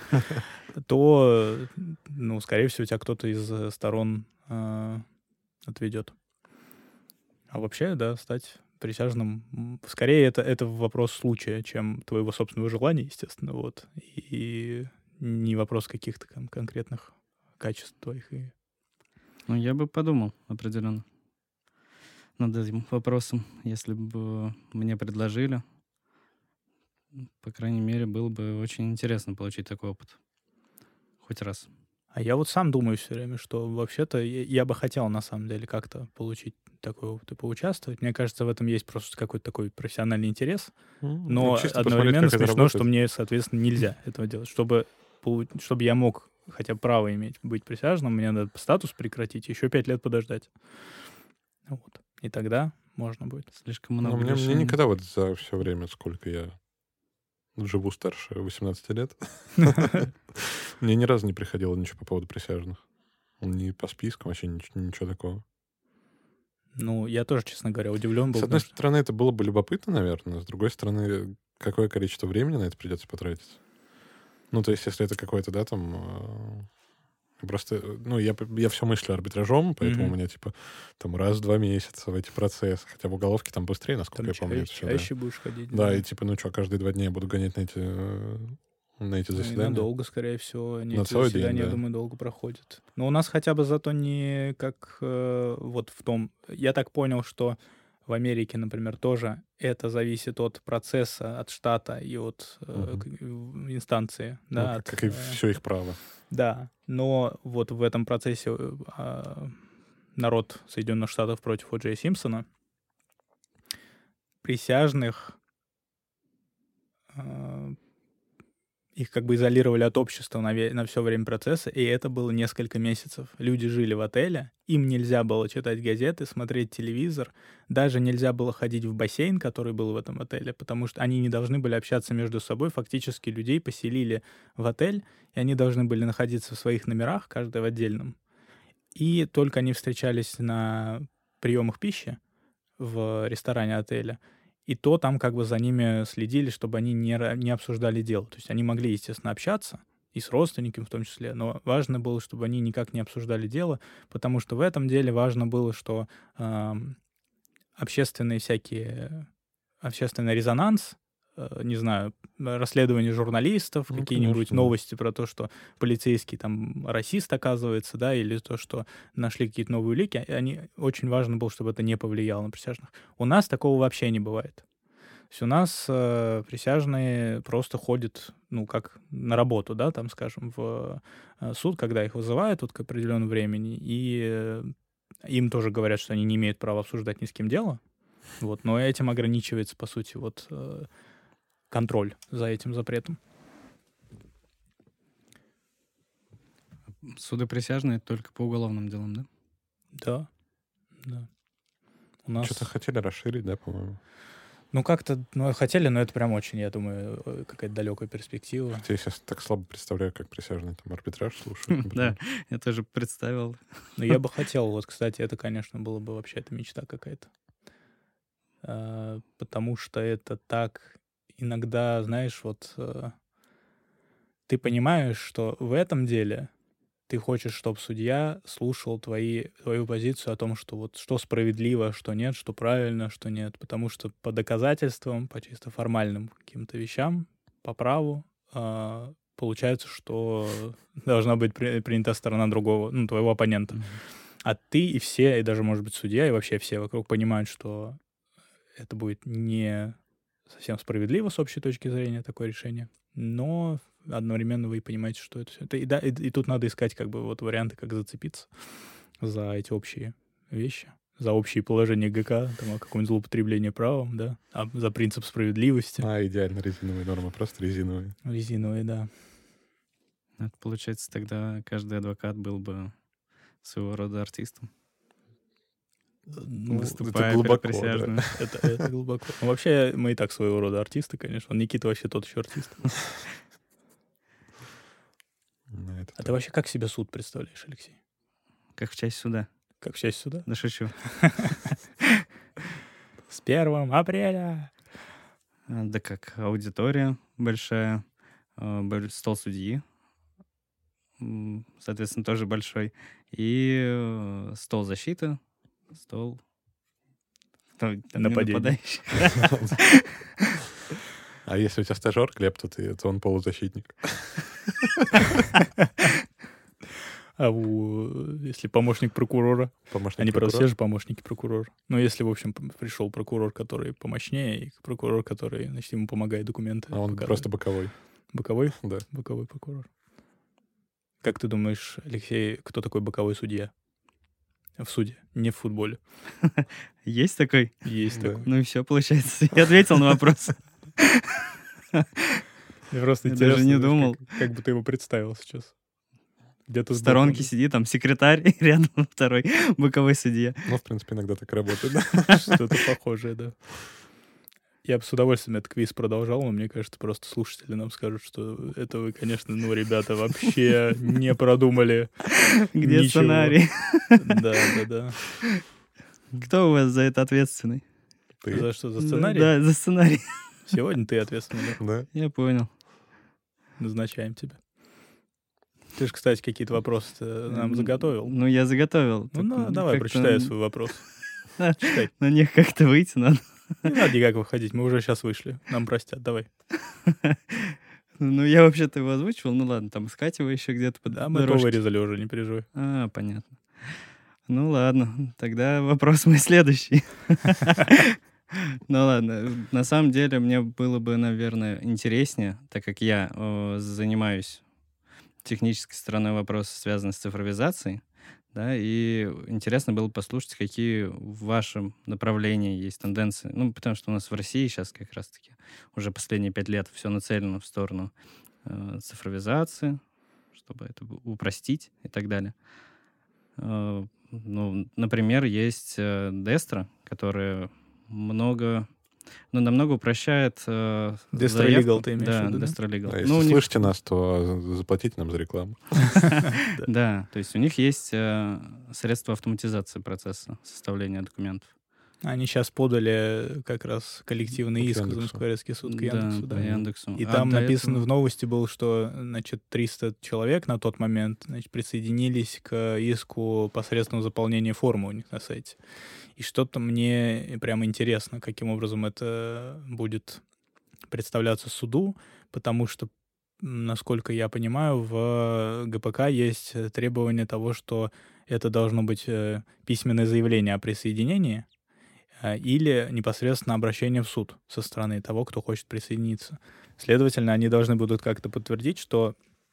[SPEAKER 1] То, ну, скорее всего, тебя кто-то из э, сторон э, отведет. А вообще, да, стать присяжным, м, скорее это, это вопрос случая, чем твоего собственного желания, естественно, вот. И не вопрос каких-то кон- конкретных качеств твоих. И...
[SPEAKER 3] Ну, я бы подумал определенно над этим вопросом, если бы мне предложили. По крайней мере, было бы очень интересно получить такой опыт. Хоть раз.
[SPEAKER 1] А я вот сам думаю все время, что вообще-то я, я бы хотел на самом деле как-то получить такой опыт и поучаствовать. Мне кажется, в этом есть просто какой-то такой профессиональный интерес,
[SPEAKER 2] Ну,
[SPEAKER 1] но
[SPEAKER 2] чисто посмотреть,
[SPEAKER 1] одновременно
[SPEAKER 2] как это
[SPEAKER 1] смешно, что
[SPEAKER 2] работает.
[SPEAKER 1] мне, соответственно, нельзя этого делать. Чтобы, полу- чтобы я мог хотя бы право иметь быть присяжным, мне надо статус прекратить, еще пять лет подождать. Вот. И тогда можно будет.
[SPEAKER 3] Слишком
[SPEAKER 2] Но
[SPEAKER 3] много
[SPEAKER 2] мне, мне
[SPEAKER 3] решений.
[SPEAKER 2] никогда вот за все время, сколько я живу старше восемнадцати лет, мне ни разу не приходило ничего по поводу присяжных. Ни по спискам, вообще нич- ничего такого.
[SPEAKER 1] Ну, я тоже, честно говоря, удивлен был.
[SPEAKER 2] С одной
[SPEAKER 1] потому что-
[SPEAKER 2] стороны, это было бы любопытно, наверное. С другой стороны, какое количество времени на это придется потратить? Ну, то есть, если это какой-то, да, там... э, Просто, э, ну, я, п- я все мыслю арбитражом, поэтому
[SPEAKER 1] Мгм.
[SPEAKER 2] у меня, типа, там раз в два месяца в эти процессы. Хотя в уголовке там быстрее, насколько
[SPEAKER 1] Там
[SPEAKER 2] я помню,
[SPEAKER 1] ча-
[SPEAKER 2] это всё, да.
[SPEAKER 1] чаще будешь ходить.
[SPEAKER 2] Да, и типа, ну что, каждые два дня я буду гонять на эти, э, на эти
[SPEAKER 1] Ну, и
[SPEAKER 2] заседания?
[SPEAKER 1] надолго, скорее всего. Они
[SPEAKER 2] На
[SPEAKER 1] эти
[SPEAKER 2] целый день,
[SPEAKER 1] заседания, я
[SPEAKER 2] да.
[SPEAKER 1] думаю, долго проходят. Но у нас хотя бы зато не как э, вот в том... Я так понял, что в Америке, например, тоже это зависит от процесса, от штата и от э,
[SPEAKER 2] Мгм.
[SPEAKER 1] к- в- инстанции.
[SPEAKER 2] Ну,
[SPEAKER 1] Да,
[SPEAKER 2] как,
[SPEAKER 1] от,
[SPEAKER 2] как и
[SPEAKER 1] э,
[SPEAKER 2] все их право.
[SPEAKER 1] да, но вот в этом процессе э, а, народ Соединенных Штатов против О Джей Симпсона присяжных а, их как бы изолировали от общества на, ве- на все время процесса, и это было несколько месяцев. Люди жили в отеле, им нельзя было читать газеты, смотреть телевизор, даже нельзя было ходить в бассейн, который был в этом отеле, потому что они не должны были общаться между собой. Фактически людей поселили в отель, и они должны были находиться в своих номерах, каждый в отдельном. И только они встречались на приемах пищи в ресторане отеля, и то там как бы за ними следили, чтобы они не, ра- не обсуждали дело. То есть они могли, естественно, общаться, и с родственниками в том числе, но важно было, чтобы они никак не обсуждали дело, потому что в этом деле важно было, что ам, общественные всякие, общественный резонанс, э, не знаю, расследования журналистов,
[SPEAKER 2] Ну,
[SPEAKER 1] какие-нибудь
[SPEAKER 2] конечно, да.
[SPEAKER 1] новости про то, что полицейский там расист оказывается, да, или то, что нашли какие-то новые улики, они, очень важно было, чтобы это не повлияло на присяжных. У нас такого вообще не бывает. То есть у нас э, присяжные просто ходят, ну, как на работу, да, там, скажем, в э, суд, когда их вызывают вот к определенному времени, и э, им тоже говорят, что они не имеют права обсуждать ни с кем дело, вот, но этим ограничивается, по сути, вот э, контроль за этим запретом.
[SPEAKER 3] Суды присяжные только по уголовным делам, да?
[SPEAKER 1] Да, да. У нас...
[SPEAKER 2] Что-то хотели расширить, да, по-моему.
[SPEAKER 1] Ну, как-то, ну, хотели, но это прям очень, я думаю, э, какая-то далекая перспектива.
[SPEAKER 2] Хотя я сейчас так слабо представляю, как присяжные там арбитраж слушают,
[SPEAKER 3] Да,
[SPEAKER 2] например.
[SPEAKER 3] я тоже представил.
[SPEAKER 1] Но я бы хотел, вот, кстати, это, конечно, было бы вообще это мечта какая-то. А, потому что это так иногда, знаешь, вот э, ты понимаешь, что в этом деле ты хочешь, чтобы судья слушал твои, твою позицию о том, что вот что справедливо, что нет, что правильно, что нет. Потому что по доказательствам, по чисто формальным каким-то вещам, по праву, а, получается, что должна быть при- принята сторона другого, ну, твоего оппонента.
[SPEAKER 3] Мгм.
[SPEAKER 1] А ты и все, и даже, может быть, судья, и вообще все вокруг понимают, что это будет не совсем справедливо с общей точки зрения такое решение, но одновременно вы понимаете, что это все. И, да, и, и тут надо искать как бы вот варианты, как зацепиться за эти общие вещи, за общие положения ГК, там, о каком-нибудь злоупотреблении правом, да, а за принцип справедливости.
[SPEAKER 2] А, идеально резиновые нормы, просто резиновые.
[SPEAKER 1] Резиновые, да.
[SPEAKER 3] Это получается, тогда каждый адвокат был бы своего рода артистом,
[SPEAKER 1] Ну,
[SPEAKER 3] выступая
[SPEAKER 2] глубоко,
[SPEAKER 3] перед присяжными.
[SPEAKER 2] да.
[SPEAKER 1] это, это глубоко. Ну, вообще, мы и так своего рода артисты, конечно. Никита вообще тот еще артист.
[SPEAKER 2] Ну, это
[SPEAKER 1] А ты
[SPEAKER 2] так.
[SPEAKER 1] вообще как себе суд представляешь, Алексей?
[SPEAKER 3] Как в часть суда.
[SPEAKER 1] Как в часть суда?
[SPEAKER 3] Да шучу.
[SPEAKER 1] С первого апреля.
[SPEAKER 3] А, Да как аудитория большая, а, боль- стол судьи, м, соответственно, тоже большой, и э, стол защиты, стол там- там не
[SPEAKER 1] Нападение.
[SPEAKER 3] нападающий.
[SPEAKER 2] А если у тебя стажер Глеб, то, ты, то он полузащитник.
[SPEAKER 1] А у, если помощник прокурора,
[SPEAKER 2] Помощник
[SPEAKER 1] они, правда,
[SPEAKER 2] прокурора.
[SPEAKER 1] все же помощники прокурора. Но если, в общем, п- пришел прокурор, который помощнее, и прокурор, который, значит, ему помогает документы
[SPEAKER 2] А он
[SPEAKER 1] показывать.
[SPEAKER 2] просто боковой.
[SPEAKER 1] Боковой?
[SPEAKER 2] Да.
[SPEAKER 1] Боковой прокурор. Как ты думаешь, Алексей, кто такой боковой судья? В суде, не в футболе.
[SPEAKER 3] Есть такой?
[SPEAKER 1] Есть
[SPEAKER 2] Да.
[SPEAKER 1] такой.
[SPEAKER 3] Ну и все, получается. Я ответил на вопрос.
[SPEAKER 1] Мне просто
[SPEAKER 3] Я
[SPEAKER 1] интересно,
[SPEAKER 3] даже не
[SPEAKER 1] знаешь,
[SPEAKER 3] думал.
[SPEAKER 1] Как, как бы ты его представил сейчас. Где-то
[SPEAKER 3] В
[SPEAKER 1] сбоку,
[SPEAKER 3] сторонке
[SPEAKER 1] да.
[SPEAKER 3] сидит там секретарь, и рядом второй боковой судья.
[SPEAKER 2] Ну, в принципе, иногда так работает, да.
[SPEAKER 1] Что-то похожее, да. Я бы с удовольствием этот квиз продолжал, но мне кажется, просто слушатели нам скажут, что это вы, конечно, ну, ребята, вообще не продумали
[SPEAKER 3] Где
[SPEAKER 1] ничего.
[SPEAKER 3] сценарий?
[SPEAKER 1] Да, да, да.
[SPEAKER 3] Кто у вас за это ответственный?
[SPEAKER 2] Ты?
[SPEAKER 1] За что, за
[SPEAKER 3] Да,
[SPEAKER 1] сценарий?
[SPEAKER 3] Да, за сценарий.
[SPEAKER 1] Сегодня ты ответственный, да?
[SPEAKER 2] Да.
[SPEAKER 3] Я понял.
[SPEAKER 1] Назначаем тебя. Ты же, кстати, какие-то вопросы нам заготовил.
[SPEAKER 3] Ну, я заготовил.
[SPEAKER 1] Ну,
[SPEAKER 3] Так,
[SPEAKER 1] на, давай,
[SPEAKER 3] как-то
[SPEAKER 1] прочитай свой вопрос. Читай.
[SPEAKER 3] На них как-то выйти надо.
[SPEAKER 1] Не надо никак выходить, мы уже сейчас вышли. Нам простят, давай.
[SPEAKER 3] Ну, я вообще-то его озвучивал. Ну, ладно, там искать его еще где-то под
[SPEAKER 1] Да, мы то вырезали уже, не переживай.
[SPEAKER 3] А, понятно. Ну, ладно. Тогда вопрос мой следующий. Ну, ладно. На самом деле, мне было бы, наверное, интереснее, так как я э, занимаюсь технической стороной вопроса, связанной с цифровизацией, да, и интересно было послушать, какие в вашем направлении есть тенденции. Ну, потому что у нас в России сейчас как раз-таки уже последние пять лет все нацелено в сторону э, цифровизации, чтобы это упростить и так далее. Э, ну, например, есть э, Destra, которая много... Ну, намного упрощает э,
[SPEAKER 1] Destra
[SPEAKER 3] заявку.
[SPEAKER 1] Legal ты имеешь
[SPEAKER 3] да,
[SPEAKER 1] в виду, да?
[SPEAKER 3] Destra Legal.
[SPEAKER 2] А если
[SPEAKER 3] Ну, у них-
[SPEAKER 2] слышите нас, то заплатите нам за рекламу.
[SPEAKER 3] Да, то есть у них есть э, средства автоматизации процесса составления документов.
[SPEAKER 1] Они сейчас подали как раз коллективный
[SPEAKER 2] К
[SPEAKER 1] иск в
[SPEAKER 2] Яндексу.
[SPEAKER 1] Замоскворецкий суд к
[SPEAKER 3] Да,
[SPEAKER 1] Яндексу.
[SPEAKER 3] по
[SPEAKER 1] Да.
[SPEAKER 3] Яндексу.
[SPEAKER 1] И
[SPEAKER 3] А
[SPEAKER 1] там
[SPEAKER 3] до
[SPEAKER 1] написано
[SPEAKER 3] этого-
[SPEAKER 1] в новости было, что, значит, триста человек на тот момент, значит, присоединились к иску посредством заполнения формы у них на сайте. И что-то мне прямо интересно, каким образом это будет представляться суду, потому что, м, насколько я понимаю, в ГПК есть требование того, что это должно быть э, письменное заявление о присоединении э, или непосредственно обращение в суд со стороны того, кто хочет присоединиться. Следовательно, они должны будут как-то подтвердить, что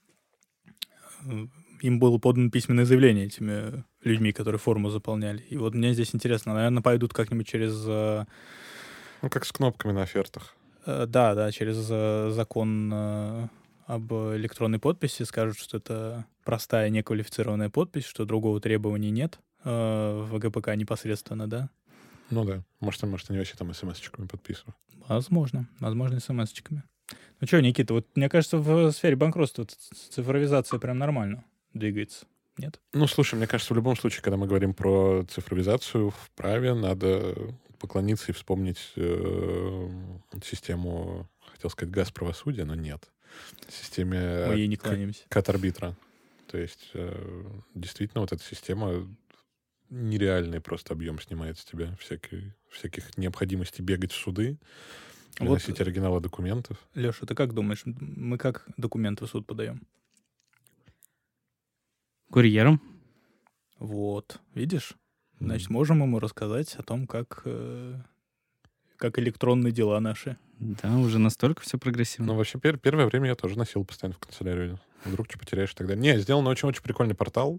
[SPEAKER 1] э, им было подано письменное заявление этими людьми, которые форму заполняли. И вот мне здесь интересно, наверное, пойдут как-нибудь через... э,
[SPEAKER 2] Ну, как с кнопками на офертах.
[SPEAKER 1] э, да, да, через э, закон э, об электронной подписи, скажут, что это простая неквалифицированная подпись, что другого требования нет э, в ГПК непосредственно, да?
[SPEAKER 2] Ну да. Может, может они вообще там смс-очками подписывают.
[SPEAKER 1] Возможно. Возможно, смс-очками. Ну что, Никита, вот мне кажется, в сфере банкротства ц- цифровизация прям нормально двигается. Нет?
[SPEAKER 2] Ну, слушай, мне кажется, в любом случае, когда мы говорим про цифровизацию в праве, надо поклониться и вспомнить э, систему, хотел сказать, газ-правосудия, но нет. Системе
[SPEAKER 1] Мы ей не
[SPEAKER 2] к-
[SPEAKER 1] кланяемся.
[SPEAKER 2] кат-арбитра. То есть, э, действительно, вот эта система нереальный просто объем снимает с тебя всяких, всяких необходимостей бегать в суды,
[SPEAKER 1] Вот-
[SPEAKER 2] приносить оригиналы документов.
[SPEAKER 1] Леша, ты как думаешь, мы как документы в суд подаем?
[SPEAKER 3] Курьером.
[SPEAKER 1] Вот, видишь?
[SPEAKER 2] М.
[SPEAKER 1] Значит, можем ему рассказать о том, как, э, как электронные дела наши.
[SPEAKER 3] Да, уже настолько все прогрессивно.
[SPEAKER 2] Ну, вообще, пер- первое время я тоже носил постоянно в канцелярию. Вдруг что потеряешь и так далее. Не, сделан очень-очень прикольный портал.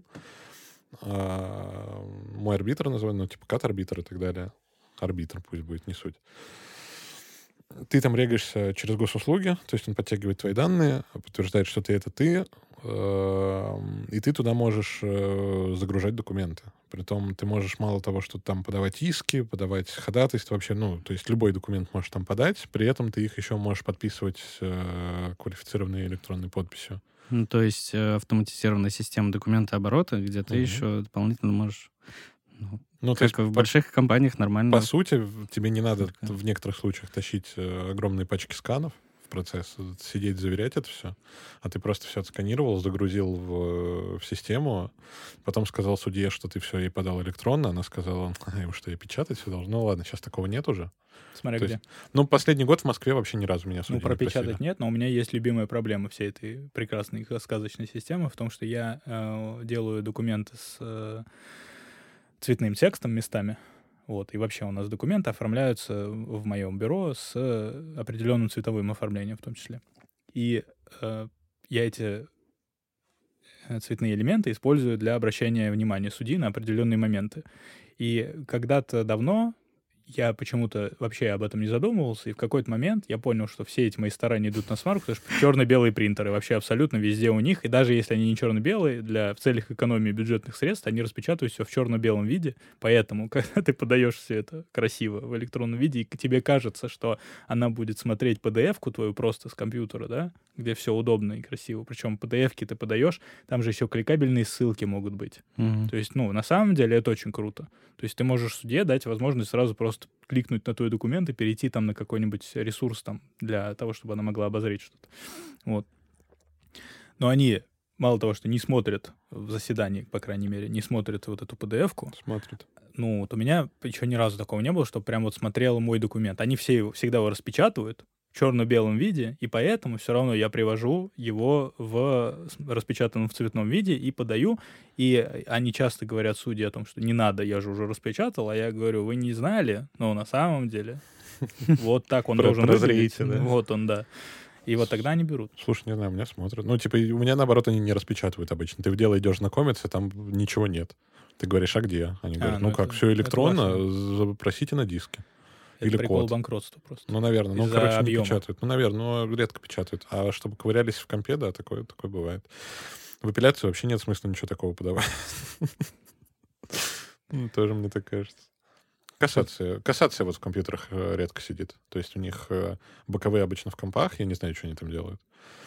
[SPEAKER 2] А, Мой арбитр называется, ну, типа кат-арбитр и так далее. Арбитр пусть будет, не суть. Ты там регаешься через госуслуги, то есть он подтягивает твои данные, подтверждает, что ты — это ты, эм, и ты туда можешь э, загружать документы. Притом ты можешь мало того, что там подавать иски, подавать ходатайство вообще, ну, то есть любой документ можешь там подать, при этом ты их еще можешь подписывать э, квалифицированной электронной подписью.
[SPEAKER 3] Ну, то есть э, автоматизированная система документооборота, где ты
[SPEAKER 2] Мгм.
[SPEAKER 3] еще дополнительно можешь... Ну,
[SPEAKER 2] Ну, то
[SPEAKER 3] как
[SPEAKER 2] есть,
[SPEAKER 3] в
[SPEAKER 2] по-
[SPEAKER 3] больших компаниях нормально.
[SPEAKER 2] По сути, в- тебе не надо
[SPEAKER 3] Только.
[SPEAKER 2] в некоторых случаях тащить э, огромные пачки сканов в процесс, э, сидеть, заверять это все, а ты просто все отсканировал, загрузил в, в систему, потом сказал судье, что ты все ей подал электронно, она сказала, «Ай, что я печатать все должен». Ну ладно, сейчас такого нет уже.
[SPEAKER 1] Смотря
[SPEAKER 2] То
[SPEAKER 1] где.
[SPEAKER 2] есть, ну, последний год в Москве вообще ни разу меня
[SPEAKER 1] Ну,
[SPEAKER 2] судьи не
[SPEAKER 1] пропечатать
[SPEAKER 2] просили.
[SPEAKER 1] нет, но у меня есть любимая проблема всей этой прекрасной сказочной системы в том, что я э, делаю документы с э, цветным текстом местами. Вот. И вообще у нас документы оформляются в моем бюро с э, определенным цветовым оформлением в том числе. И э, я эти э, цветные элементы используют для обращения внимания судьи на определенные моменты. И когда-то давно я почему-то вообще об этом не задумывался, и в какой-то момент я понял, что все эти мои старания идут на смарку, потому что черно-белые принтеры вообще абсолютно везде у них, и даже если они не черно-белые, для, в целях экономии бюджетных средств они распечатывают все в черно-белом виде, поэтому, когда ты подаешь все это красиво в электронном виде, и тебе кажется, что она будет смотреть пи ди эф-ку твою просто с компьютера, да, где все удобно и красиво, причем пи ди эф-ки ты подаешь, там же еще кликабельные ссылки могут быть.
[SPEAKER 3] Мгм.
[SPEAKER 1] То есть, ну, на самом деле это очень круто. То есть ты можешь судье дать возможность сразу просто кликнуть на твой документ и перейти там на какой-нибудь ресурс там для того, чтобы она могла обозреть что-то. Вот. Но они мало того, что не смотрят в заседании, по крайней мере, не смотрят вот эту пи ди эф-ку,
[SPEAKER 2] Смотрит.
[SPEAKER 1] ну, вот у меня еще ни разу такого не было, что прям вот смотрел мой документ. Они все его, всегда его распечатывают в черно-белом виде, и поэтому все равно я привожу его в с- распечатанном в цветном виде и подаю. И они часто говорят судьи о том, что не надо, я же уже распечатал, а я говорю, вы не знали, но на самом деле вот так он
[SPEAKER 2] Про-
[SPEAKER 1] должен выглядеть.
[SPEAKER 2] прозрите, да.
[SPEAKER 1] Вот он, да. И вот тогда они берут.
[SPEAKER 2] Слушай, не знаю, меня смотрят. Ну, типа, и у меня, наоборот, они не распечатывают обычно. Ты в дело идешь знакомиться, там ничего нет. Ты говоришь, а где? Они
[SPEAKER 1] А,
[SPEAKER 2] говорят,
[SPEAKER 1] ну
[SPEAKER 2] ну как,
[SPEAKER 1] это-
[SPEAKER 2] все
[SPEAKER 1] это
[SPEAKER 2] электронно,
[SPEAKER 1] классно.
[SPEAKER 2] запросите на диске.
[SPEAKER 1] Это
[SPEAKER 2] Или
[SPEAKER 1] прикол
[SPEAKER 2] код.
[SPEAKER 1] банкротства просто.
[SPEAKER 2] Ну, наверное. Ну,
[SPEAKER 1] Из-за
[SPEAKER 2] короче, не
[SPEAKER 1] объема.
[SPEAKER 2] печатают. Ну, наверное, но редко печатают. А чтобы ковырялись в компе, да, такое, такое бывает. В апелляции вообще нет смысла ничего такого подавать. Ну, тоже мне так кажется. Кассация. Кассация вот в компьютерах э, редко сидит. То есть у них э, боковые обычно в компах, я не знаю, что они там делают.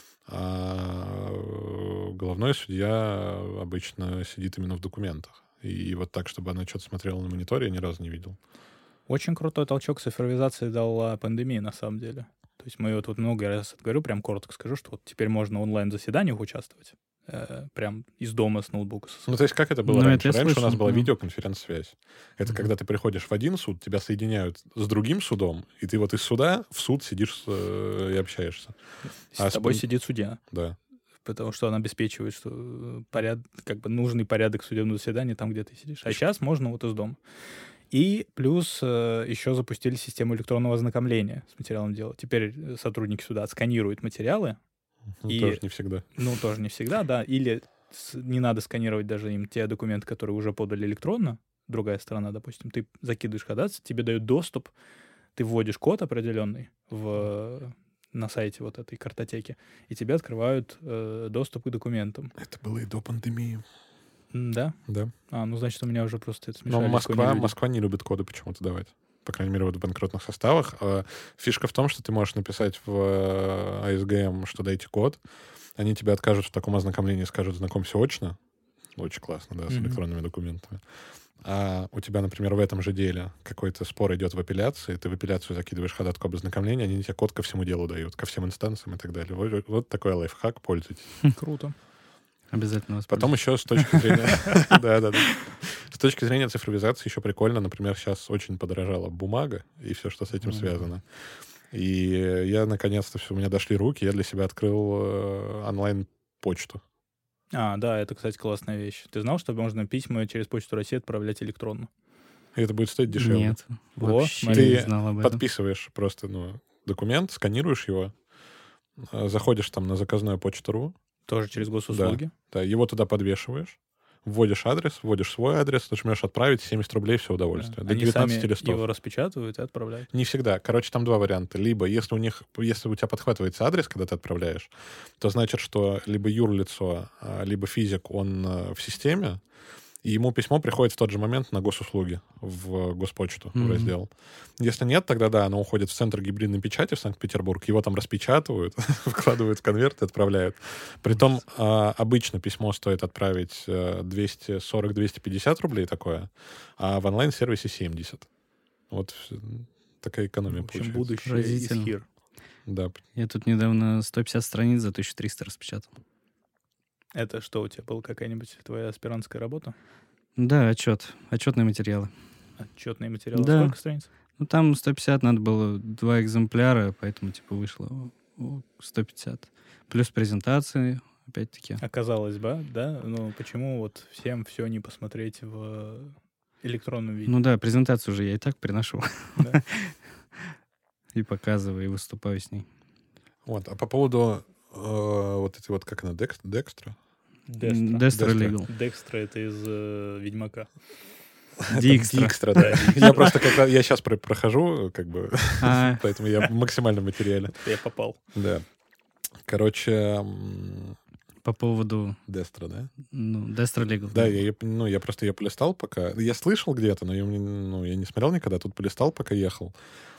[SPEAKER 2] А э, головной судья обычно сидит именно в документах. И вот так, чтобы она что-то смотрела на мониторе, я ни разу не видел.
[SPEAKER 1] Очень крутой толчок цифровизации дала пандемия, на самом деле. То есть мы вот тут много раз это говорю, прям коротко скажу, что вот теперь можно в онлайн-заседаниях участвовать. э, прям из дома с ноутбука. со
[SPEAKER 2] Ну,
[SPEAKER 1] своего.
[SPEAKER 2] то есть, как это было
[SPEAKER 3] Ну,
[SPEAKER 2] раньше?
[SPEAKER 3] это я
[SPEAKER 2] Раньше у нас
[SPEAKER 3] слышал,
[SPEAKER 2] была
[SPEAKER 3] да.
[SPEAKER 2] видеоконференц-связь. Это
[SPEAKER 3] Мгм.
[SPEAKER 2] когда ты приходишь в один суд, тебя соединяют с другим судом, и ты вот из суда в суд сидишь э, и общаешься.
[SPEAKER 1] С
[SPEAKER 2] а с
[SPEAKER 1] тобой
[SPEAKER 2] пан-
[SPEAKER 1] сидит судья,
[SPEAKER 2] Да.
[SPEAKER 1] потому что она обеспечивает, что э, поряд, как бы нужный порядок судебного заседания там, где ты сидишь. А сейчас можно вот из дома. И плюс э, еще запустили систему электронного ознакомления с материалом дела. Теперь э, сотрудники суда отсканируют материалы,
[SPEAKER 2] Ну,
[SPEAKER 1] И-
[SPEAKER 2] Тоже не всегда.
[SPEAKER 1] ну, тоже не всегда, да, или с- не надо сканировать даже им те документы, которые уже подали электронно, другая сторона, допустим, ты закидываешь ходатайство, тебе дают доступ, ты вводишь код определенный в, на сайте вот этой картотеки, и тебе открывают э, доступ к документам.
[SPEAKER 2] Это было и до пандемии.
[SPEAKER 1] М, Да?
[SPEAKER 2] Да.
[SPEAKER 1] А, ну, значит, у меня уже просто это
[SPEAKER 2] Но
[SPEAKER 1] смешались.
[SPEAKER 2] Москва, Москва не любит коды почему-то давать. По крайней мере, вот в банкротных составах. А фишка в том, что ты можешь написать в э, эй эс гэ эм, что дайте код. Они тебе откажут в таком ознакомлении, скажут, знакомься очно. Очень классно, да, с
[SPEAKER 1] Мгм.
[SPEAKER 2] электронными документами. А у тебя, например, в этом же деле какой-то спор идет в апелляции, ты в апелляцию закидываешь ходатку об ознакомлении, они тебе код ко всему делу дают, ко всем инстанциям и так далее. Вот, вот такой лайфхак, пользуйтесь.
[SPEAKER 1] Круто.
[SPEAKER 3] Обязательно воспользуюсь.
[SPEAKER 2] Потом еще с точки зрения... Да-да-да. С точки зрения цифровизации еще прикольно. Например, сейчас очень подорожала бумага и все, что с этим
[SPEAKER 3] Мгм.
[SPEAKER 2] связано. И я, наконец-то, все, у меня дошли руки, я для себя открыл э, онлайн-почту.
[SPEAKER 1] А, да, это, кстати, классная вещь. Ты знал, что можно письма через Почту России отправлять электронно?
[SPEAKER 2] И это будет стоить дешевле.
[SPEAKER 3] Нет,
[SPEAKER 1] Во,
[SPEAKER 3] вообще
[SPEAKER 1] смотри.
[SPEAKER 3] не
[SPEAKER 2] Ты
[SPEAKER 3] знал об этом.
[SPEAKER 2] Подписываешь просто ну, документ, сканируешь его, э, заходишь там на заказную почту точка ру,
[SPEAKER 1] Тоже через госуслуги?
[SPEAKER 2] да, его туда подвешиваешь, вводишь адрес, вводишь свой адрес, нажмешь «Отправить», семьдесят рублей, все удовольствие.
[SPEAKER 1] Да.
[SPEAKER 2] До
[SPEAKER 1] Они
[SPEAKER 2] девятнадцати
[SPEAKER 1] сами
[SPEAKER 2] листов.
[SPEAKER 1] его распечатывают и отправляют.
[SPEAKER 2] Не всегда. Короче, там два варианта. Либо, если у них, если у тебя подхватывается адрес, когда ты отправляешь, то значит, что либо юрлицо, а, либо физик, он а, в системе, и ему письмо приходит в тот же момент на госуслуги, в госпочту, в
[SPEAKER 3] Мгм.
[SPEAKER 2] раздел. Если нет, тогда да, оно уходит в центр гибридной печати в Санкт-Петербург, его там распечатывают, вкладывают в конверт и отправляют. Притом а, обычно письмо стоит отправить э, двести сорок - двести пятьдесят рублей такое, а в онлайн-сервисе семьдесят. Вот э, такая экономия
[SPEAKER 1] В общем,
[SPEAKER 2] получается.
[SPEAKER 1] будущее
[SPEAKER 3] Поразительно.
[SPEAKER 1] is here.
[SPEAKER 2] Да.
[SPEAKER 3] Я тут недавно сто пятьдесят страниц за тысячу триста распечатал.
[SPEAKER 1] Это что у тебя была какая-нибудь твоя аспирантская работа?
[SPEAKER 3] Да, отчет. Отчетные материалы.
[SPEAKER 1] Отчетные материалы?
[SPEAKER 3] Да.
[SPEAKER 1] Сколько страниц?
[SPEAKER 3] Ну, там сто пятьдесят надо было два экземпляра, поэтому, типа, вышло о, сто пятьдесят. Плюс презентации, опять-таки.
[SPEAKER 1] А казалось бы, да? Ну, почему вот всем все не посмотреть в электронном виде?
[SPEAKER 3] Ну да, презентацию уже я и так приношу.
[SPEAKER 1] Да?
[SPEAKER 3] И показываю, и выступаю с ней.
[SPEAKER 2] Вот. А по поводу э, вот этой вот, как она, Декс- Декстра?
[SPEAKER 1] Дестра.
[SPEAKER 3] Дестра Legal.
[SPEAKER 1] Декстра — это из э, Ведьмака.
[SPEAKER 3] Дикстра.
[SPEAKER 2] Дикстра, да. Я просто как раз, я сейчас прохожу, как бы,
[SPEAKER 3] А.
[SPEAKER 2] поэтому я в максимальном материале.
[SPEAKER 1] Я попал.
[SPEAKER 2] Да. Короче, м,
[SPEAKER 3] По поводу
[SPEAKER 2] Дестра, да?
[SPEAKER 3] ну, Дестра Legal.
[SPEAKER 2] Да, я, её- ну, я просто ее полистал пока. Я слышал где-то, но я, ну, я не смотрел никогда. Тут полистал, пока ехал.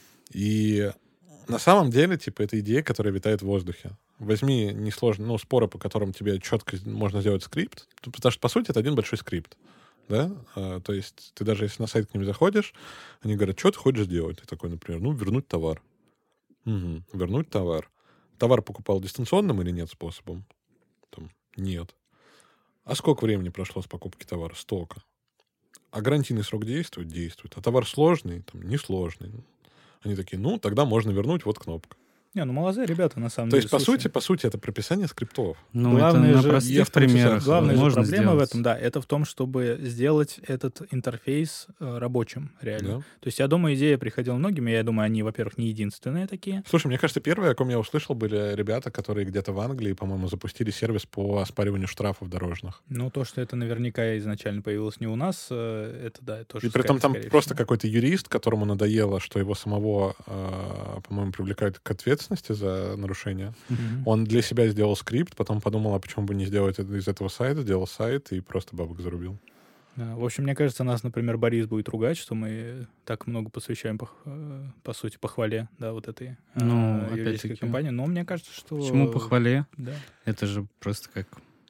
[SPEAKER 2] И на самом деле, типа, это идея, которая витает в воздухе. Возьми несложно, ну, споры, по которым тебе четко можно сделать скрипт. Потому что, по сути, это один большой скрипт. Да? А, то есть ты даже если на сайт к ним заходишь, они говорят, что ты хочешь сделать? Ты такой, например, ну, вернуть товар. Угу. Вернуть товар. Товар покупал дистанционным или нет способом? Там, нет. А сколько времени прошло с покупки товара? Столько. А гарантийный срок действует? Действует. А товар сложный? Там, несложный. Они такие, ну, тогда можно вернуть, вот кнопка.
[SPEAKER 1] Не, ну молодые ребята, на самом
[SPEAKER 2] То
[SPEAKER 1] деле.
[SPEAKER 2] есть, по
[SPEAKER 1] слушай.
[SPEAKER 2] сути, по сути, это прописание скриптов.
[SPEAKER 3] Ну,
[SPEAKER 1] Главное
[SPEAKER 3] это на
[SPEAKER 1] же-
[SPEAKER 3] простых
[SPEAKER 2] я в том числе
[SPEAKER 3] примерах
[SPEAKER 1] Главная же
[SPEAKER 3] можно
[SPEAKER 1] проблема в
[SPEAKER 3] сделать.
[SPEAKER 1] этом, да, это в том, чтобы сделать этот интерфейс э, рабочим, реально.
[SPEAKER 2] Да.
[SPEAKER 1] То есть я думаю, идея приходила многим, и я думаю, они, во-первых, не единственные такие.
[SPEAKER 2] Слушай, мне кажется, первые, о ком я услышал, были ребята, которые где-то в Англии, по-моему, запустили сервис по оспариванию штрафов дорожных.
[SPEAKER 1] Ну, то, что это наверняка изначально появилось не у нас, э, это, да, тоже
[SPEAKER 2] И при этом
[SPEAKER 1] скорее-
[SPEAKER 2] там
[SPEAKER 1] скорее
[SPEAKER 2] просто
[SPEAKER 1] всего.
[SPEAKER 2] какой-то юрист, которому надоело, что его самого, э, по-моему, привлекают к ответственности за нарушение.
[SPEAKER 1] Мгм.
[SPEAKER 2] Он для себя сделал скрипт, потом подумал, а почему бы не сделать это из этого сайта, сделал сайт и просто бабок зарубил.
[SPEAKER 1] Да, в общем, мне кажется, нас, например, Борис будет ругать, что мы так много посвящаем, пох- э, по сути, похвале, да, вот этой э,
[SPEAKER 3] Ну,
[SPEAKER 1] юридической
[SPEAKER 3] опять-таки.
[SPEAKER 1] компании. Но мне кажется, что...
[SPEAKER 3] Почему похвале?
[SPEAKER 1] Да.
[SPEAKER 3] Это же просто как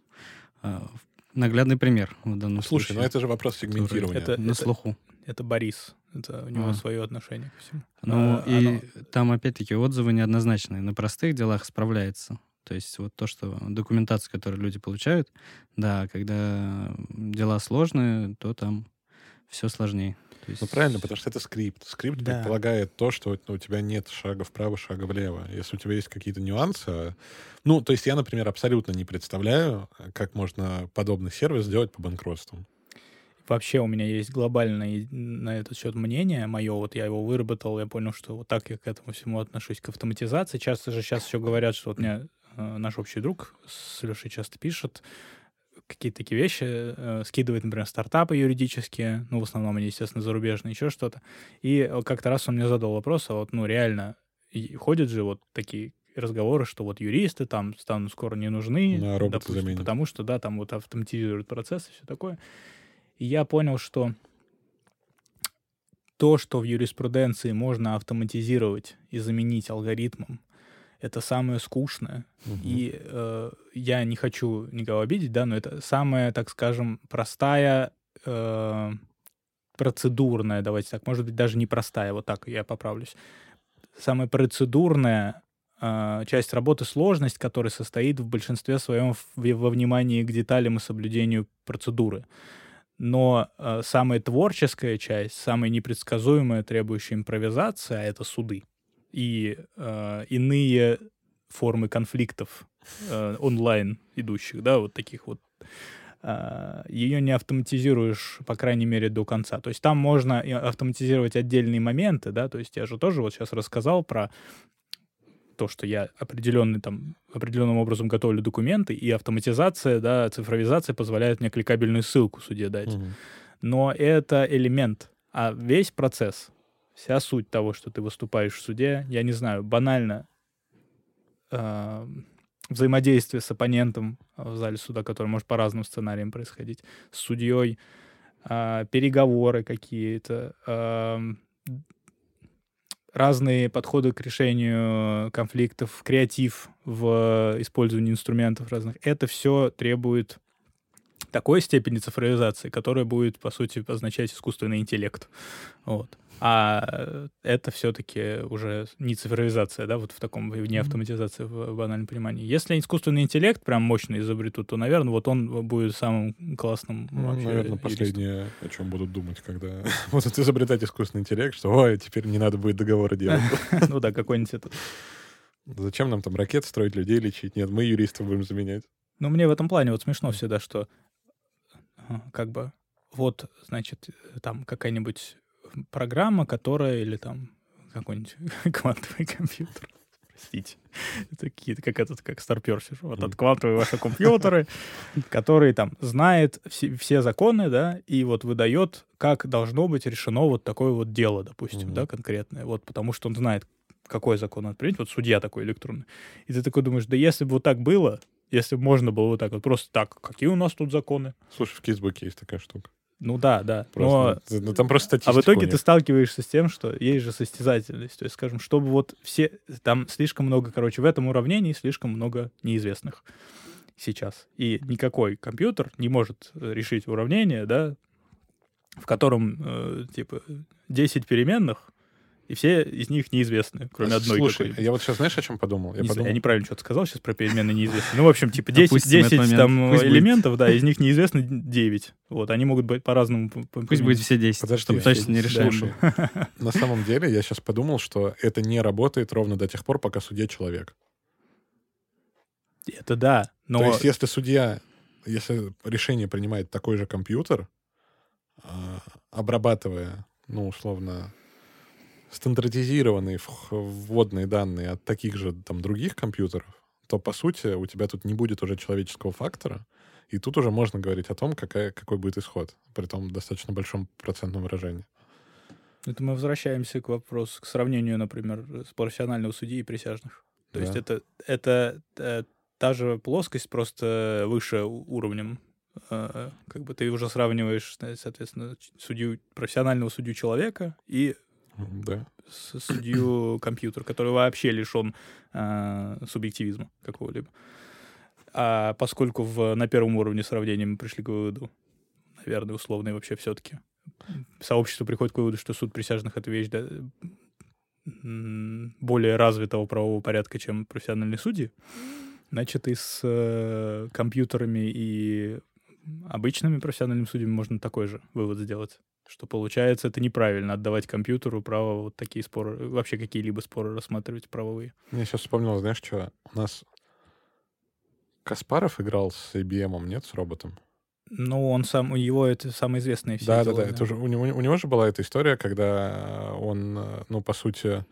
[SPEAKER 3] а, наглядный пример в данном
[SPEAKER 2] Слушай,
[SPEAKER 3] случае.
[SPEAKER 2] ну это же вопрос сегментирования.
[SPEAKER 1] Это-
[SPEAKER 3] на слуху.
[SPEAKER 1] Это Борис. Это у него
[SPEAKER 3] А.
[SPEAKER 1] свое отношение ко всему.
[SPEAKER 3] Ну,
[SPEAKER 1] А,
[SPEAKER 3] и
[SPEAKER 1] оно-
[SPEAKER 3] там, опять-таки, отзывы неоднозначные. На простых делах справляется. То есть вот то, что документация, которую люди получают, да, когда дела сложные, то там все сложнее. То есть...
[SPEAKER 2] Ну правильно, потому что это скрипт. Скрипт
[SPEAKER 1] Да.
[SPEAKER 2] предполагает то, что ну, у тебя нет шага вправо, шага влево. Если у тебя есть какие-то нюансы... а- Ну, то есть я, например, абсолютно не представляю, как можно подобный сервис сделать по банкротству.
[SPEAKER 1] Вообще у меня есть глобальное на этот счет мнение мое, вот я его выработал, я понял, что вот так я к этому всему отношусь, к автоматизации. Часто же сейчас еще говорят, что вот мне э, наш общий друг с Лешей часто пишет какие-то такие вещи, э, скидывает, например, стартапы юридические, ну, в основном они, естественно, зарубежные, еще что-то. И как-то раз он мне задал вопрос, а вот, ну, реально, и ходят же вот такие разговоры, что вот юристы там станут скоро не нужны,
[SPEAKER 2] Да, роботы
[SPEAKER 1] допустим,
[SPEAKER 2] заменят.
[SPEAKER 1] потому что, да, там вот автоматизируют процесс и все такое. И я понял, что то, что в юриспруденции можно автоматизировать и заменить алгоритмом, это самое скучное.
[SPEAKER 2] Мгм.
[SPEAKER 1] И э, я не хочу никого обидеть, да, но это самая, так скажем, простая, э, процедурная, давайте так, может быть, даже не простая, вот так я поправлюсь. Самая процедурная э, часть работы, сложность, которая состоит в большинстве своем в- во внимании к деталям и соблюдению процедуры. Но э, самая творческая часть, самая непредсказуемая, требующая импровизации, а это суды и э, иные формы конфликтов э, онлайн идущих, да, вот таких вот, э, ее не автоматизируешь, по крайней мере, до конца. То есть там можно и автоматизировать отдельные моменты, да, то есть я же тоже вот сейчас рассказал про то, что я определенный, там, определенным образом готовлю документы, и автоматизация, да, цифровизация позволяет мне кликабельную ссылку суде дать.
[SPEAKER 2] Мгм.
[SPEAKER 1] Но это элемент, а весь процесс, вся суть того, что ты выступаешь в суде, я не знаю, банально э, взаимодействие с оппонентом в зале суда, который может по разным сценариям происходить, с судьей, э, переговоры какие-то, э, разные подходы к решению конфликтов, креатив в использовании инструментов разных. Это все требует такой степени цифровизации, которая будет, по сути, означать искусственный интеллект. Вот. А это все-таки уже не цифровизация, да, вот в таком, не автоматизация в банальном понимании. Если искусственный интеллект прям мощно изобретут, то, наверное, вот он будет самым классным
[SPEAKER 2] Ну,
[SPEAKER 1] вообще
[SPEAKER 2] наверное,
[SPEAKER 1] юристом.
[SPEAKER 2] последнее, о чем будут думать, когда будут изобретать искусственный интеллект, что, ой, теперь не надо будет договоры делать.
[SPEAKER 1] Ну да, какой-нибудь этот.
[SPEAKER 2] Зачем нам там ракеты строить, людей лечить? Нет, мы юристов будем заменять.
[SPEAKER 1] Ну, мне в этом плане вот смешно всегда, что ага, как бы вот, значит, там какая-нибудь программа, которая или там какой-нибудь квантовый компьютер простите. Это какие-то, как этот, как старперсер. Вот от квантовые ваши компьютеры, который там знает все, все законы, да, и вот выдает, как должно быть решено вот такое вот дело, допустим,
[SPEAKER 2] Мгм.
[SPEAKER 1] да, конкретное. Вот потому что он знает, какой закон надо принять. Вот судья такой электронный. И ты такой думаешь, да если бы вот так было, если бы можно было вот так вот, просто так, какие у нас тут законы?
[SPEAKER 2] Слушай, в Кизбуке есть такая штука.
[SPEAKER 1] Ну да, да.
[SPEAKER 2] Просто,
[SPEAKER 1] Но...
[SPEAKER 2] ну, там просто
[SPEAKER 1] А
[SPEAKER 2] статистика
[SPEAKER 1] в итоге
[SPEAKER 2] у
[SPEAKER 1] ты
[SPEAKER 2] них.
[SPEAKER 1] сталкиваешься с тем, что есть же состязательность. То есть, скажем, чтобы вот все... Там слишком много, короче, в этом уравнении слишком много неизвестных сейчас. И никакой компьютер не может решить уравнение, да, в котором, э, типа, десять переменных, и все из них неизвестны, кроме одной
[SPEAKER 2] Слушай,
[SPEAKER 1] какой-нибудь.
[SPEAKER 2] я вот сейчас знаешь, о чем подумал? Я
[SPEAKER 1] Не знаю,
[SPEAKER 2] подумал...
[SPEAKER 1] я неправильно что-то сказал сейчас про переменные неизвестные. Ну, в общем, типа десять,
[SPEAKER 3] Опустим этот
[SPEAKER 1] десять
[SPEAKER 3] момент.
[SPEAKER 1] там
[SPEAKER 3] Пусть будет.
[SPEAKER 1] элементов, да, из них неизвестно девять. Вот, они могут быть по-разному. по- по-
[SPEAKER 3] Пусть будет все десять,
[SPEAKER 2] Подожди,
[SPEAKER 3] чтобы
[SPEAKER 1] все
[SPEAKER 3] точно не
[SPEAKER 1] десять,
[SPEAKER 3] решаем.
[SPEAKER 2] Слушай, на самом деле я сейчас подумал, что это не работает ровно до тех пор, пока судья человек.
[SPEAKER 1] Это да, но...
[SPEAKER 2] То есть если судья, если решение принимает такой же компьютер, а, обрабатывая, ну, условно, стандартизированные вх- вводные данные от таких же там других компьютеров, то, по сути, у тебя тут не будет уже человеческого фактора, и тут уже можно говорить о том, какая, какой будет исход, при том достаточно большом процентном выражении.
[SPEAKER 1] Это мы возвращаемся к вопросу, к сравнению, например, с профессионального судьи и присяжных. То есть
[SPEAKER 2] Да.
[SPEAKER 1] это, это э, та же плоскость, просто выше у- уровнем. Э, Как бы ты уже сравниваешь, э, соответственно, ч- судью, профессионального судью человека и
[SPEAKER 2] М, Да.
[SPEAKER 1] с- судью компьютер, который вообще лишен э, субъективизма какого-либо. А поскольку в, на первом уровне сравнения мы пришли к выводу, наверное, условный вообще все-таки, сообщество приходит к выводу, что суд присяжных — это вещь, да, м, более развитого правового порядка, чем профессиональные судьи, значит, и с э, компьютерами и обычными профессиональными судьями можно такой же вывод сделать. Что получается, это неправильно отдавать компьютеру право вот такие споры, вообще какие-либо споры рассматривать правовые.
[SPEAKER 2] Я сейчас вспомнил, знаешь, что? У нас Каспаров играл с ай би эм, нет, с роботом?
[SPEAKER 1] Ну, он сам, у него это самые известные все
[SPEAKER 2] Да, да,
[SPEAKER 1] дела,
[SPEAKER 2] да. Это уже, у, него, у него же была эта история, когда он, э, ну, по сути,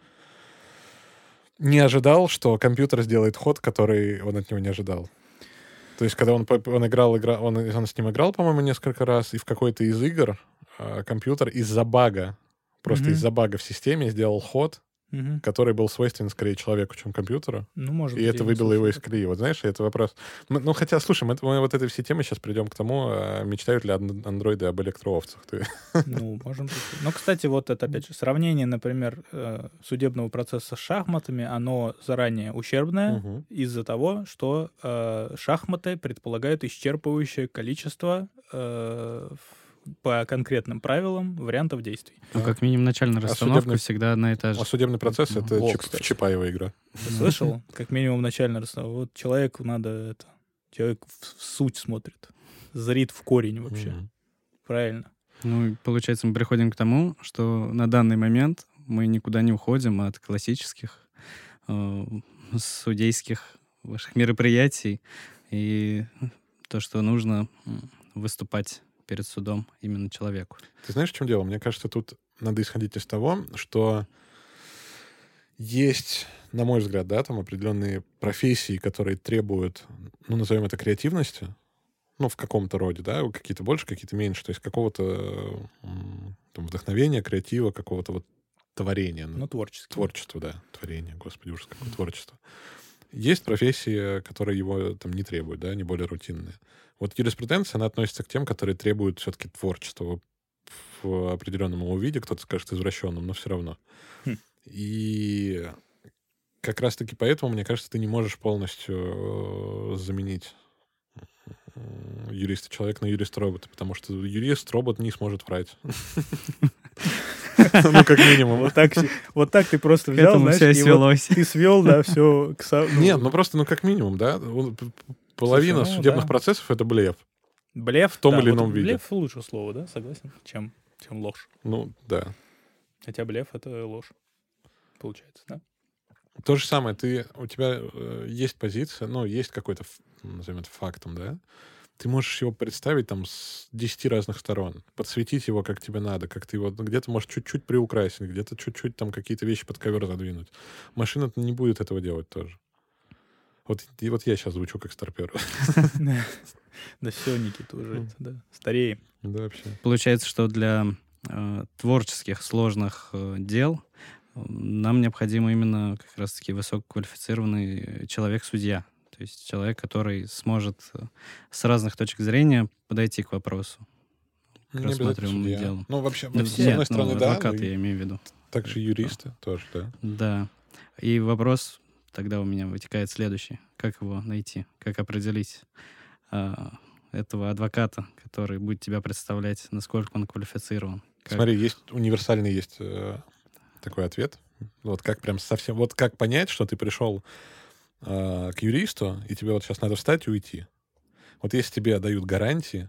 [SPEAKER 2] не ожидал, что компьютер сделает ход, который он от него не ожидал. То есть, когда он, по- он играл, игра, он, он с ним играл, по-моему, несколько раз, и в какой-то из игр э, компьютер из-за бага, просто
[SPEAKER 1] Мгм.
[SPEAKER 2] из-за бага в системе сделал ход,
[SPEAKER 1] Мгм.
[SPEAKER 2] который был свойственен скорее человеку, чем компьютеру.
[SPEAKER 1] Ну, может
[SPEAKER 2] И
[SPEAKER 1] быть,
[SPEAKER 2] это
[SPEAKER 1] я не
[SPEAKER 2] выбило его
[SPEAKER 1] слышал
[SPEAKER 2] из
[SPEAKER 1] такого.
[SPEAKER 2] колеи. Вот знаешь, это вопрос... Мы- ну, хотя, слушай, мы, мы вот этой все темы сейчас придем к тому, а, мечтают ли ан- андроиды об электроовцах. Ты...
[SPEAKER 1] Ну, можем быть. Ну, кстати, вот это, опять же, сравнение, например, э, судебного процесса с шахматами, оно заранее ущербное
[SPEAKER 2] Мгм.
[SPEAKER 1] из-за того, что э, шахматы предполагают исчерпывающее количество э, в- по конкретным правилам вариантов действий.
[SPEAKER 3] Ну,
[SPEAKER 2] Да.
[SPEAKER 3] как минимум, начальная
[SPEAKER 2] А
[SPEAKER 3] расстановка
[SPEAKER 2] судебный-
[SPEAKER 3] всегда одна и та же.
[SPEAKER 2] А судебный процесс — это
[SPEAKER 1] Во,
[SPEAKER 2] Чип-
[SPEAKER 1] кстати.
[SPEAKER 2] Чапаева игра.
[SPEAKER 1] Ты слышал? Как минимум начально расстановка. Вот человеку надо это... Человек в в суть смотрит. Зрит в корень вообще.
[SPEAKER 2] Мгм.
[SPEAKER 1] Правильно.
[SPEAKER 3] Ну, и получается, мы приходим к тому, что на данный момент мы никуда не уходим от классических э, судейских ваших мероприятий и то, что нужно м, выступать перед судом именно человеку.
[SPEAKER 2] Ты знаешь, в чем дело? Мне кажется, тут надо исходить из того, что есть, на мой взгляд, да, там определенные профессии, которые требуют, ну, назовем это креативности, ну, в каком-то роде, да, какие-то больше, какие-то меньше, то есть какого-то м, там, вдохновения, креатива, какого-то вот творения.
[SPEAKER 1] Ну, творчески.
[SPEAKER 2] Творчество, да, творение, господи, ужас, какое творчество. Есть профессии, которые его там не требуют, да, они более рутинные. Вот юриспруденция, она относится к тем, которые требуют все-таки творчества в определенном его виде, кто-то скажет извращенном, но все равно.
[SPEAKER 1] Хм.
[SPEAKER 2] И как раз-таки поэтому, мне кажется, ты не можешь полностью э, заменить м, юриста-человека на юриста-робота, потому что юрист-робот не сможет врать. Ну, как минимум.
[SPEAKER 1] Вот так, си- вот так ты просто
[SPEAKER 3] К
[SPEAKER 1] взял,
[SPEAKER 3] этому
[SPEAKER 1] знаешь,
[SPEAKER 3] все
[SPEAKER 1] и вот
[SPEAKER 3] свелось.
[SPEAKER 1] ты свел, да, все к са- ну,
[SPEAKER 2] Нет, ну просто, ну как минимум, да, он- п- п- половина
[SPEAKER 1] Слушай, ну,
[SPEAKER 2] судебных
[SPEAKER 1] да.
[SPEAKER 2] процессов — это блеф.
[SPEAKER 1] блеф.
[SPEAKER 2] в том
[SPEAKER 1] да,
[SPEAKER 2] или
[SPEAKER 1] вот
[SPEAKER 2] ином виде.
[SPEAKER 1] Блеф лучше слово, да, согласен, чем, чем ложь.
[SPEAKER 2] Ну, да.
[SPEAKER 1] Хотя блеф — это ложь, получается, да?
[SPEAKER 2] То же самое, ты, у тебя э, есть позиция, ну, есть какой-то, ф- назовем это фактом, да, ты можешь его представить там с десяти разных сторон, подсветить его как тебе надо, как ты его... Где-то, может, чуть-чуть приукрасить, где-то чуть-чуть там какие-то вещи под ковер задвинуть. Машина не будет этого делать тоже. Вот, и вот я сейчас звучу как старпер.
[SPEAKER 1] Да все, Никита, уже стареем.
[SPEAKER 2] Да, вообще.
[SPEAKER 3] Получается, что для э, творческих сложных э, дел э, нам необходим именно как раз-таки высококвалифицированный человек-судья. То есть человек, который сможет э, с разных точек зрения подойти к вопросу, к
[SPEAKER 2] Не обязательно
[SPEAKER 3] рассматриваемому
[SPEAKER 2] судья.
[SPEAKER 3] делу.
[SPEAKER 2] Ну, вообще,
[SPEAKER 3] Да,
[SPEAKER 2] с
[SPEAKER 3] нет,
[SPEAKER 2] одной стороны,
[SPEAKER 3] ну,
[SPEAKER 2] да.
[SPEAKER 3] адвокаты,
[SPEAKER 2] но и
[SPEAKER 3] я имею в виду.
[SPEAKER 2] также юристы тоже, да.
[SPEAKER 3] Да. И вопрос тогда у меня вытекает следующий. Как его найти? Как определить э, этого адвоката, который будет тебя представлять, насколько он квалифицирован? Как...
[SPEAKER 2] Смотри, есть универсальный есть э, такой ответ. Вот как прям совсем... Вот как понять, что ты пришел э, к юристу, и тебе вот сейчас надо встать и уйти. Вот если тебе дают гарантии,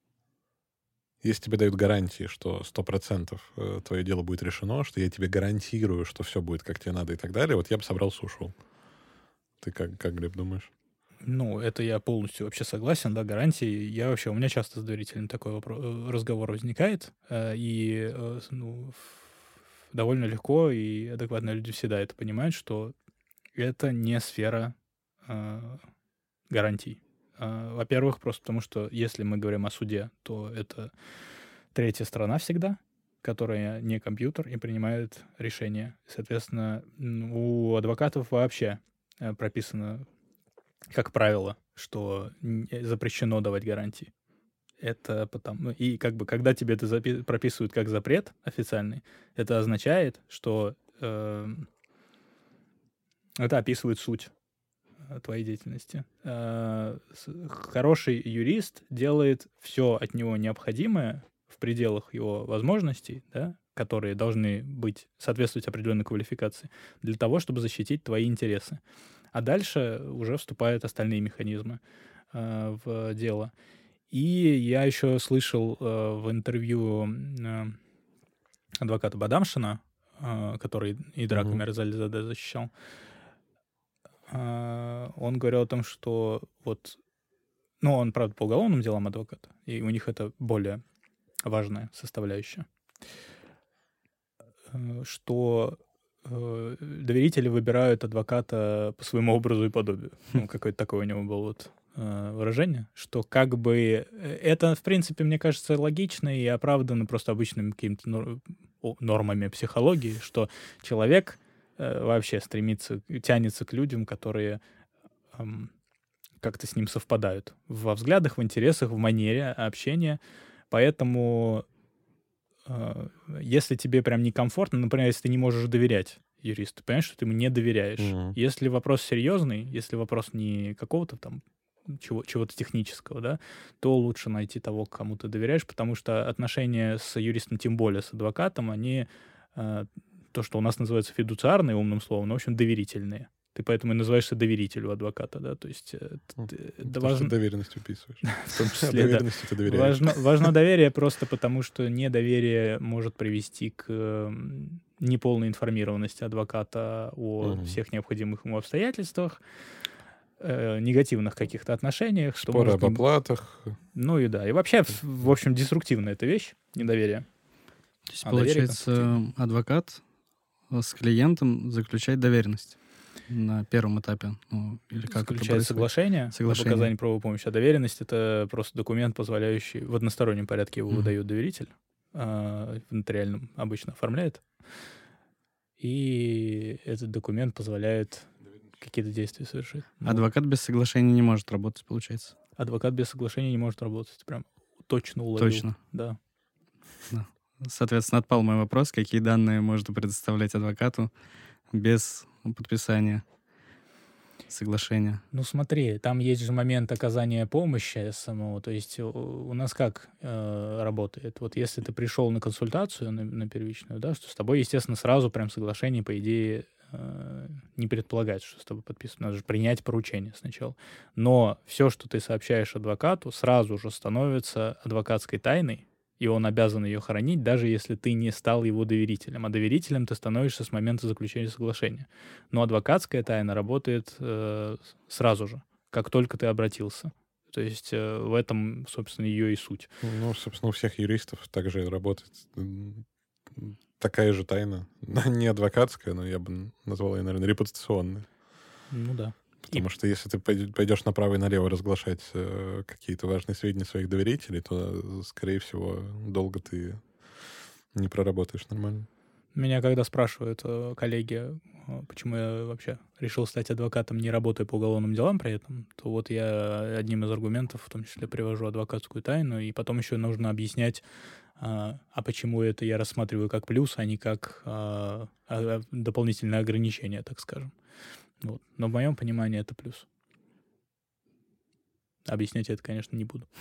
[SPEAKER 2] если тебе дают гарантии, что сто процентов э, твое дело будет решено, что я тебе гарантирую, что все будет как тебе надо и так далее, вот я бы собрался и ушел. Ты как, как, Глеб, думаешь?
[SPEAKER 1] Ну, это я полностью вообще согласен, да, гарантии. Я вообще, у меня часто с доверителем такой вопрос, разговор возникает, э, и э, ну, ф- довольно легко, и адекватные люди всегда это понимают, что это не сфера э, гарантий. Э, во-первых, просто потому что если мы говорим о суде, то это третья сторона всегда, которая не компьютер и принимает решения. Соответственно, м, у адвокатов вообще э, прописано, как правило, что н- э, запрещено давать гарантии. Это потому... И как бы, когда тебе это запи- прописывают как запрет официальный, это означает, что эм, это описывает суть э, твоей деятельности. Э, с- Хороший юрист делает все от него необходимое в пределах его возможностей, да, которые должны быть, соответствовать определенной квалификации, для того, чтобы защитить твои интересы. А дальше уже вступают остальные механизмы э, в дело. И я еще слышал э, в интервью э, адвоката Бадамшина, э, который и Драко
[SPEAKER 2] Мгм.
[SPEAKER 1] Мирзализаде защищал, э, он говорил о том, что вот, ну, он, правда, по уголовным делам адвокат, и у них это более важная составляющая, э, что э, доверители выбирают адвоката по своему образу и подобию. Ну, какое-то такое у него было вот э, выражение, что как бы э, это, в принципе, мне кажется, логично и оправдано просто обычными какими-то нор- о, нормами психологии, что человек э, вообще стремится, тянется к людям, которые эм, как-то с ним совпадают во взглядах, в интересах, в манере общения. Поэтому э, если тебе прям некомфортно, например, если ты не можешь доверять юристу, ты понимаешь, что ты ему не доверяешь.
[SPEAKER 2] Мгм.
[SPEAKER 1] Если вопрос серьезный, если вопрос не какого-то там чего, чего-то технического, да, то лучше найти того, кому ты доверяешь, потому что отношения с юристом, тем более с адвокатом, они э, то, что у нас называется фидуциарные, умным словом, ну, в общем, доверительные. Ты поэтому и называешься доверителю адвоката, да, то есть э,
[SPEAKER 2] Ну,
[SPEAKER 1] т-
[SPEAKER 2] Это
[SPEAKER 1] это
[SPEAKER 2] то, что
[SPEAKER 1] важно,
[SPEAKER 2] доверенность выписываешь.
[SPEAKER 1] в том
[SPEAKER 2] А
[SPEAKER 1] числе, да.
[SPEAKER 2] доверенности ты доверяешь.
[SPEAKER 1] Важно, важно доверие просто потому, что недоверие может привести к м, неполной информированности адвоката о
[SPEAKER 2] Мгм.
[SPEAKER 1] всех необходимых ему обстоятельствах, э, негативных каких-то отношениях, что
[SPEAKER 2] Споры
[SPEAKER 1] может...
[SPEAKER 2] об
[SPEAKER 1] им-
[SPEAKER 2] оплатах.
[SPEAKER 1] Ну и да. И вообще, в, в общем, деструктивная эта вещь, недоверие.
[SPEAKER 3] То есть,
[SPEAKER 1] А доверие
[SPEAKER 3] получается,
[SPEAKER 1] конструктивное.
[SPEAKER 3] адвокат э, с клиентом заключает доверенность на первом этапе. Ну, или как это
[SPEAKER 1] Заключает
[SPEAKER 3] происходит?
[SPEAKER 1] соглашение,
[SPEAKER 3] Соглашение.
[SPEAKER 1] об оказании правовой помощи. А доверенность — это просто документ, позволяющий... В одностороннем порядке его
[SPEAKER 3] Мгм.
[SPEAKER 1] выдает доверитель, а, в нотариальном обычно оформляет. И этот документ позволяет какие-то действия совершить. Ну,
[SPEAKER 3] Адвокат без соглашения не может работать, получается.
[SPEAKER 1] адвокат без соглашения не может работать. Прям точно уловил.
[SPEAKER 3] Точно.
[SPEAKER 1] Да.
[SPEAKER 3] Соответственно, отпал мой вопрос, какие данные можно предоставлять адвокату без подписания соглашения.
[SPEAKER 1] Ну смотри, там есть же момент оказания помощи самого. То есть у, у нас как э, работает? Вот если ты пришел на консультацию, на, на первичную, да, что с тобой, естественно, сразу прям соглашение, по идее, э, не предполагает, что с тобой подписано. Надо же принять поручение сначала. Но все, что ты сообщаешь адвокату, сразу же становится адвокатской тайной, и он обязан ее хранить, даже если ты не стал его доверителем. А доверителем ты становишься с момента заключения соглашения. Но адвокатская тайна работает э, сразу же, как только ты обратился. То есть э, в этом, собственно, ее и суть.
[SPEAKER 2] Ну, собственно, у всех юристов также работает такая же тайна. Не адвокатская, но я бы назвал ее, наверное, репутационной.
[SPEAKER 1] Ну да.
[SPEAKER 2] Потому и... что если ты пойдешь направо и налево разглашать э, какие-то важные сведения своих доверителей, то, скорее всего, долго ты не проработаешь нормально.
[SPEAKER 1] Меня когда спрашивают э, коллеги, почему я вообще решил стать адвокатом, не работая по уголовным делам при этом, то вот я одним из аргументов в том числе привожу адвокатскую тайну, и потом еще нужно объяснять, а, а почему это я рассматриваю как плюс, а не как а, а, дополнительное ограничение, так скажем. Вот. Но в моем понимании это плюс. Объяснять я это, конечно, не буду.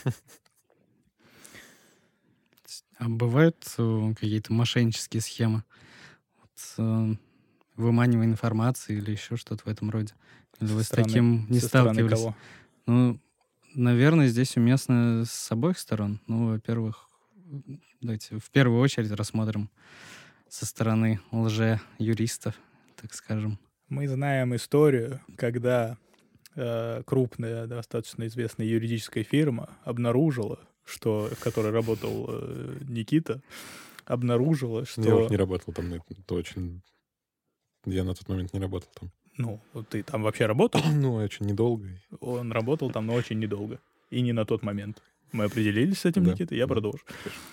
[SPEAKER 3] А бывают какие-то мошеннические схемы? Вот, выманивание информации или еще что-то в этом роде? Или вы с таким не сталкивались? Кого? Ну, наверное, здесь уместно с обоих сторон. Ну, во-первых, давайте в первую очередь рассмотрим со стороны лже-юристов, так скажем.
[SPEAKER 1] Мы знаем историю, когда э, крупная, достаточно известная юридическая фирма обнаружила, что, в которой работал э, Никита, обнаружила, что...
[SPEAKER 2] Я уже не работал там, это очень... Я на тот момент не работал там.
[SPEAKER 1] Ну, ты там вообще работал?
[SPEAKER 2] Ну, очень недолго.
[SPEAKER 1] Он работал там, но очень недолго. И не на тот момент. Мы определились с этим, да, Никитой, я да. продолжу.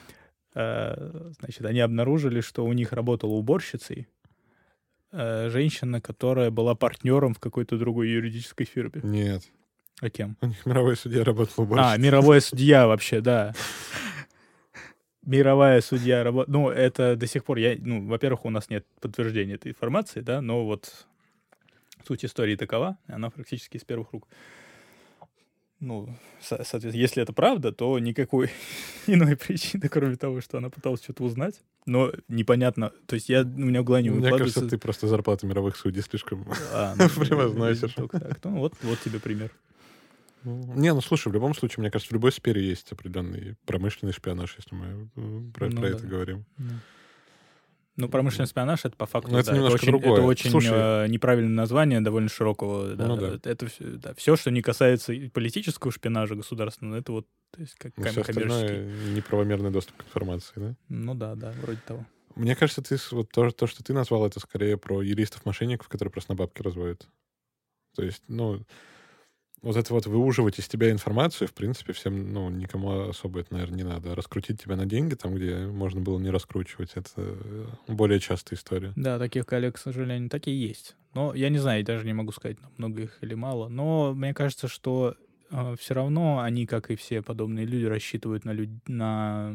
[SPEAKER 1] А, значит, они обнаружили, что у них работала уборщицей а, женщина, которая была партнером в какой-то другой юридической фирме.
[SPEAKER 2] Нет.
[SPEAKER 1] А кем?
[SPEAKER 2] У них мировой судья работал уборщицей.
[SPEAKER 1] А, мировой судья вообще, да. Мировая судья работала... Ну, это до сих пор... Я, ну, во-первых, у нас нет подтверждения этой информации, да, но вот суть истории такова, она практически из первых рук. Ну, со- соответственно, если это правда, то никакой иной причины, кроме того, что она пыталась что-то узнать. Но непонятно... То есть я, у меня в голове не
[SPEAKER 2] Мне
[SPEAKER 1] выкладывается...
[SPEAKER 2] кажется, ты просто зарплату мировых судей слишком
[SPEAKER 1] а, ну,
[SPEAKER 2] превозносишь.
[SPEAKER 1] Так. Ну, вот, вот тебе пример.
[SPEAKER 2] Не, ну слушай, в любом случае, мне кажется, в любой сфере есть определенный промышленный шпионаж, если мы про,
[SPEAKER 1] ну,
[SPEAKER 2] про
[SPEAKER 1] да.
[SPEAKER 2] это говорим.
[SPEAKER 1] Да. Ну, промышленный шпионаж — это по факту,
[SPEAKER 2] Но это
[SPEAKER 1] да,
[SPEAKER 2] немножко
[SPEAKER 1] это очень,
[SPEAKER 2] другое.
[SPEAKER 1] это очень
[SPEAKER 2] Слушай,
[SPEAKER 1] э, неправильное название, довольно широкого. Да,
[SPEAKER 2] ну, да.
[SPEAKER 1] Это все, да, все, что не касается политического шпионажа государственного, это вот, то есть, как
[SPEAKER 2] ну,
[SPEAKER 1] ком-
[SPEAKER 2] все
[SPEAKER 1] коммерческий.
[SPEAKER 2] остальное неправомерный доступ к информации, да?
[SPEAKER 1] Ну да, да, вроде того.
[SPEAKER 2] Мне кажется, ты вот то, то, что ты назвал, это скорее про юристов-мошенников, которые просто на бабки разводят. То есть, ну, вот это вот выуживать из тебя информацию, в принципе, всем, ну, никому особо это, наверное, не надо. Раскрутить тебя на деньги там, где можно было не раскручивать, это более частая история.
[SPEAKER 1] Да, таких коллег, к сожалению, такие есть. Но я не знаю, я даже не могу сказать, много их или мало. Но мне кажется, что э, все равно они, как и все подобные люди, рассчитывают на, люд... на...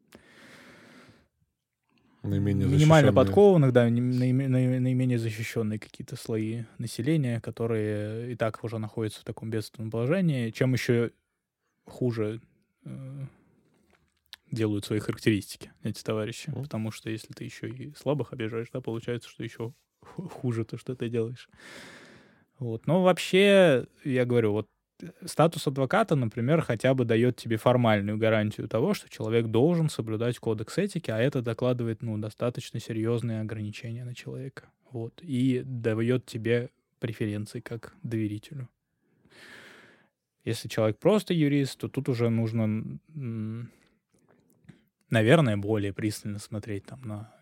[SPEAKER 2] Наименее
[SPEAKER 1] минимально
[SPEAKER 2] защищенные.
[SPEAKER 1] подкованных, да, наименее, наименее защищенные какие-то слои населения, которые и так уже находятся в таком бедственном положении. Чем еще хуже э, делают свои характеристики эти товарищи. Mm. Потому что если ты еще и слабых обижаешь, да, получается, что еще хуже то, что ты делаешь. Вот. Но вообще, я говорю, вот статус адвоката, например, хотя бы дает тебе формальную гарантию того, что человек должен соблюдать кодекс этики, а это докладывает, ну, достаточно серьезные ограничения на человека. Вот. И дает тебе преференции как доверителю. Если человек просто юрист, то тут уже нужно, наверное, более пристально смотреть там на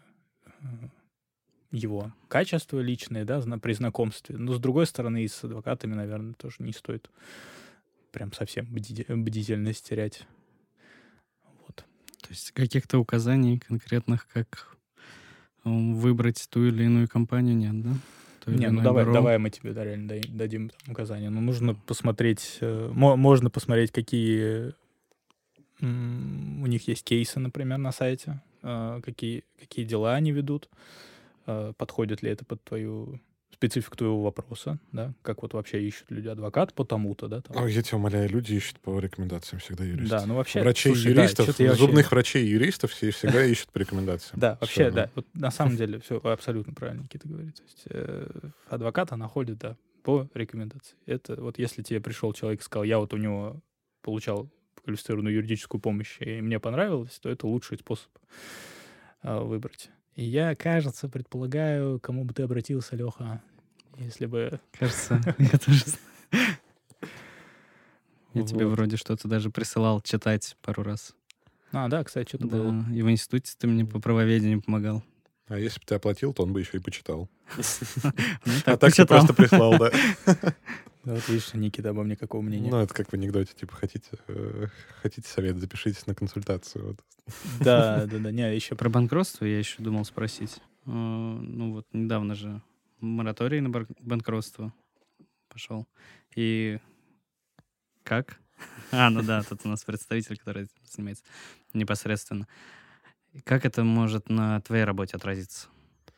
[SPEAKER 1] его качества личные, да, при знакомстве. Но, с другой стороны, и с адвокатами, наверное, тоже не стоит прям совсем бдительность терять. Вот.
[SPEAKER 3] То есть каких-то указаний конкретных, как выбрать ту или иную компанию, нет, да? То
[SPEAKER 1] не, ну давай, давай мы тебе да, реально дадим там указания. Но нужно посмотреть, можно посмотреть, какие у них есть кейсы, например, на сайте, какие, какие дела они ведут, подходит ли это под твою специфику твоего вопроса, да, как вот вообще ищут люди адвокат по тому-то, да. Там.
[SPEAKER 2] О, я тебя умоляю, люди ищут по рекомендациям всегда юристов.
[SPEAKER 1] Да, ну вообще...
[SPEAKER 2] Врачей,
[SPEAKER 1] слушай,
[SPEAKER 2] юристов,
[SPEAKER 1] да,
[SPEAKER 2] зубных
[SPEAKER 1] вообще...
[SPEAKER 2] врачей и юристов все всегда ищут по рекомендациям.
[SPEAKER 1] Да, вообще,
[SPEAKER 2] все,
[SPEAKER 1] да.
[SPEAKER 2] Ну.
[SPEAKER 1] Вот на самом деле все абсолютно правильно Никита говорит. То есть э, адвоката находит, да, по рекомендации. Это вот если тебе пришел человек и сказал, я вот у него получал квалифицированную юридическую помощь, и мне понравилось, то это лучший способ э, выбрать. И я, кажется, предполагаю, кому бы ты обратился, Леха, если бы...
[SPEAKER 3] Кажется, я тоже Я тебе
[SPEAKER 1] Вот.
[SPEAKER 3] вроде что-то даже присылал читать пару раз.
[SPEAKER 1] А, да, кстати, что-то
[SPEAKER 3] Да,
[SPEAKER 1] было.
[SPEAKER 3] и в институте ты мне по правоведению помогал.
[SPEAKER 2] А если бы ты оплатил, то он бы еще и почитал.
[SPEAKER 3] Ну,
[SPEAKER 2] А
[SPEAKER 3] так
[SPEAKER 2] так ты
[SPEAKER 3] почитал.
[SPEAKER 2] просто прислал, да?
[SPEAKER 1] Да, вот видишь, Никита обо мне какого мнения.
[SPEAKER 2] Ну, это как в анекдоте, типа, хотите, э, хотите совет, запишитесь на консультацию. Вот.
[SPEAKER 1] Да, да, да, не, еще
[SPEAKER 3] Про банкротство я еще думал спросить. Э, Ну вот недавно же мораторий на бар- банкротство пошел. И как? А, ну да, тут у нас представитель, который этим занимается непосредственно. И как это может на твоей работе отразиться?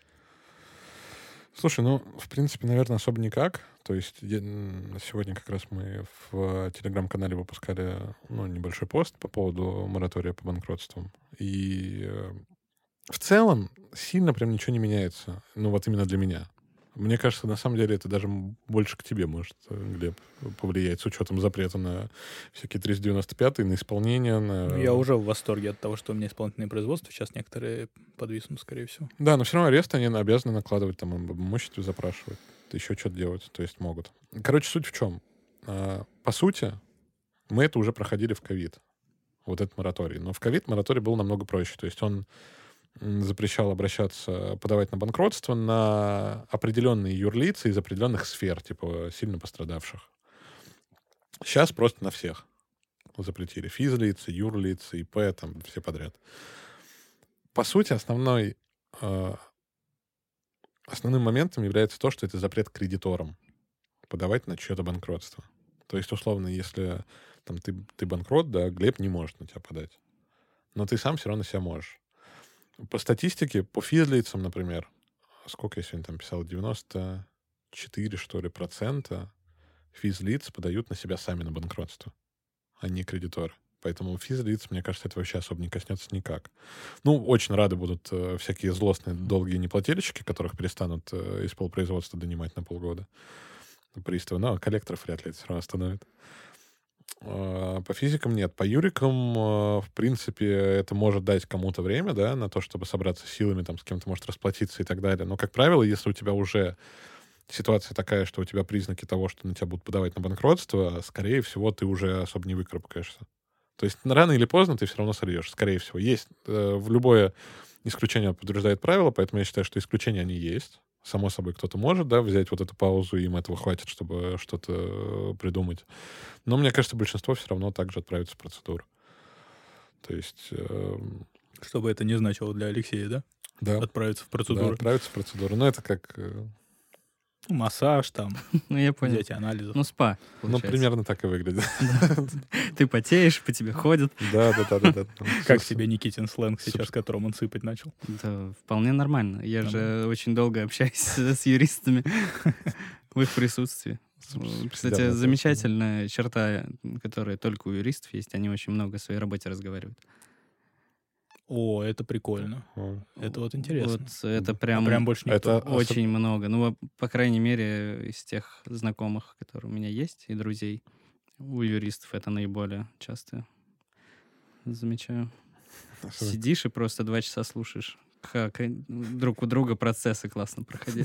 [SPEAKER 2] Слушай, ну, в принципе, наверное, особо никак. То есть я- м, сегодня как раз мы в телеграм-канале выпускали ну, небольшой пост по поводу моратория по банкротствам. И э, в целом сильно прям ничего не меняется. Ну, вот именно для меня. Мне кажется, на самом деле это даже м- больше к тебе может, э, Глеб, повлиять с учетом запрета на всякие триста девяносто пятые, на исполнение, на...
[SPEAKER 1] Ну, я уже в восторге от того, что у меня исполнительное производство. Сейчас некоторые подвиснут, скорее всего.
[SPEAKER 2] Да, но все равно арест они обязаны накладывать, там, имущество запрашивать, еще что-то делать, то есть могут. Короче, суть в чем? А, По сути, мы это уже проходили в ковид, вот этот мораторий. Но в ковид мораторий был намного проще, то есть он м, запрещал обращаться, подавать на банкротство на определенные юрлицы из определенных сфер, типа сильно пострадавших. Сейчас просто на всех запретили. Физлицы, юрлицы, ИП, там все подряд. По сути, основной э, основным моментом является то, что это запрет кредиторам подавать на чье-то банкротство. То есть, условно, если там, ты, ты банкрот, да, Глеб не может на тебя подать. Но ты сам все равно на себя можешь. По статистике, по физлицам, например, сколько я сегодня там писал, девяносто четыре, что ли, процента физлиц подают на себя сами на банкротство, а не кредиторы. Поэтому физлиц, мне кажется, это вообще особо не коснется никак. Ну, очень рады будут э, всякие злостные долгие неплательщики, которых перестанут э, из полпроизводства донимать на полгода. Приставы. Но коллекторов вряд ли это все равно остановит. А, По физикам нет. По юрикам, э, в принципе, это может дать кому-то время, да, на то, чтобы собраться силами, там, с кем-то может расплатиться и так далее. Но, как правило, если у тебя уже ситуация такая, что у тебя признаки того, что на тебя будут подавать на банкротство, скорее всего, ты уже особо не выкарабкаешься. То есть рано или поздно ты все равно сольешь, скорее всего. Есть э, в любое исключение подтверждает правило, поэтому я считаю, что исключения они есть. Само собой, кто-то может, да, взять вот эту паузу, и им этого хватит, чтобы что-то э, придумать. Но мне кажется, большинство все равно также отправится в процедуру. То есть, э,
[SPEAKER 1] Что бы это ни значило для Алексея, да?
[SPEAKER 2] да,
[SPEAKER 1] Отправиться в
[SPEAKER 2] да,
[SPEAKER 1] процедуру.
[SPEAKER 2] отправиться в процедуру. Но это как, э,
[SPEAKER 1] Ну, массаж там,
[SPEAKER 3] Ну, я понял.
[SPEAKER 1] взятие анализов.
[SPEAKER 3] Ну, спа,
[SPEAKER 2] ну,
[SPEAKER 3] получается.
[SPEAKER 2] примерно так и выглядит.
[SPEAKER 3] Ты потеешь, по тебе ходят.
[SPEAKER 2] Да, да, да, да.
[SPEAKER 1] Как тебе Никитин сленг сейчас, которым он сыпать начал?
[SPEAKER 3] Да, вполне нормально. Я же
[SPEAKER 1] Нормально.
[SPEAKER 3] очень долго общаюсь с юристами в их присутствии. Кстати,
[SPEAKER 2] Да,
[SPEAKER 3] замечательная черта, которая только у юристов есть, они очень много о своей работе разговаривают.
[SPEAKER 1] О, это прикольно.
[SPEAKER 2] О,
[SPEAKER 1] Это вот интересно.
[SPEAKER 3] Вот это
[SPEAKER 1] А
[SPEAKER 3] прям,
[SPEAKER 1] прям больше никто.
[SPEAKER 2] Это
[SPEAKER 3] очень много. Ну, а, по крайней мере, из тех знакомых, которые у меня есть, и друзей, у юристов это наиболее часто замечаю.
[SPEAKER 2] особенно-
[SPEAKER 3] Сидишь и просто два часа слушаешь, как друг у друга процессы классно проходили.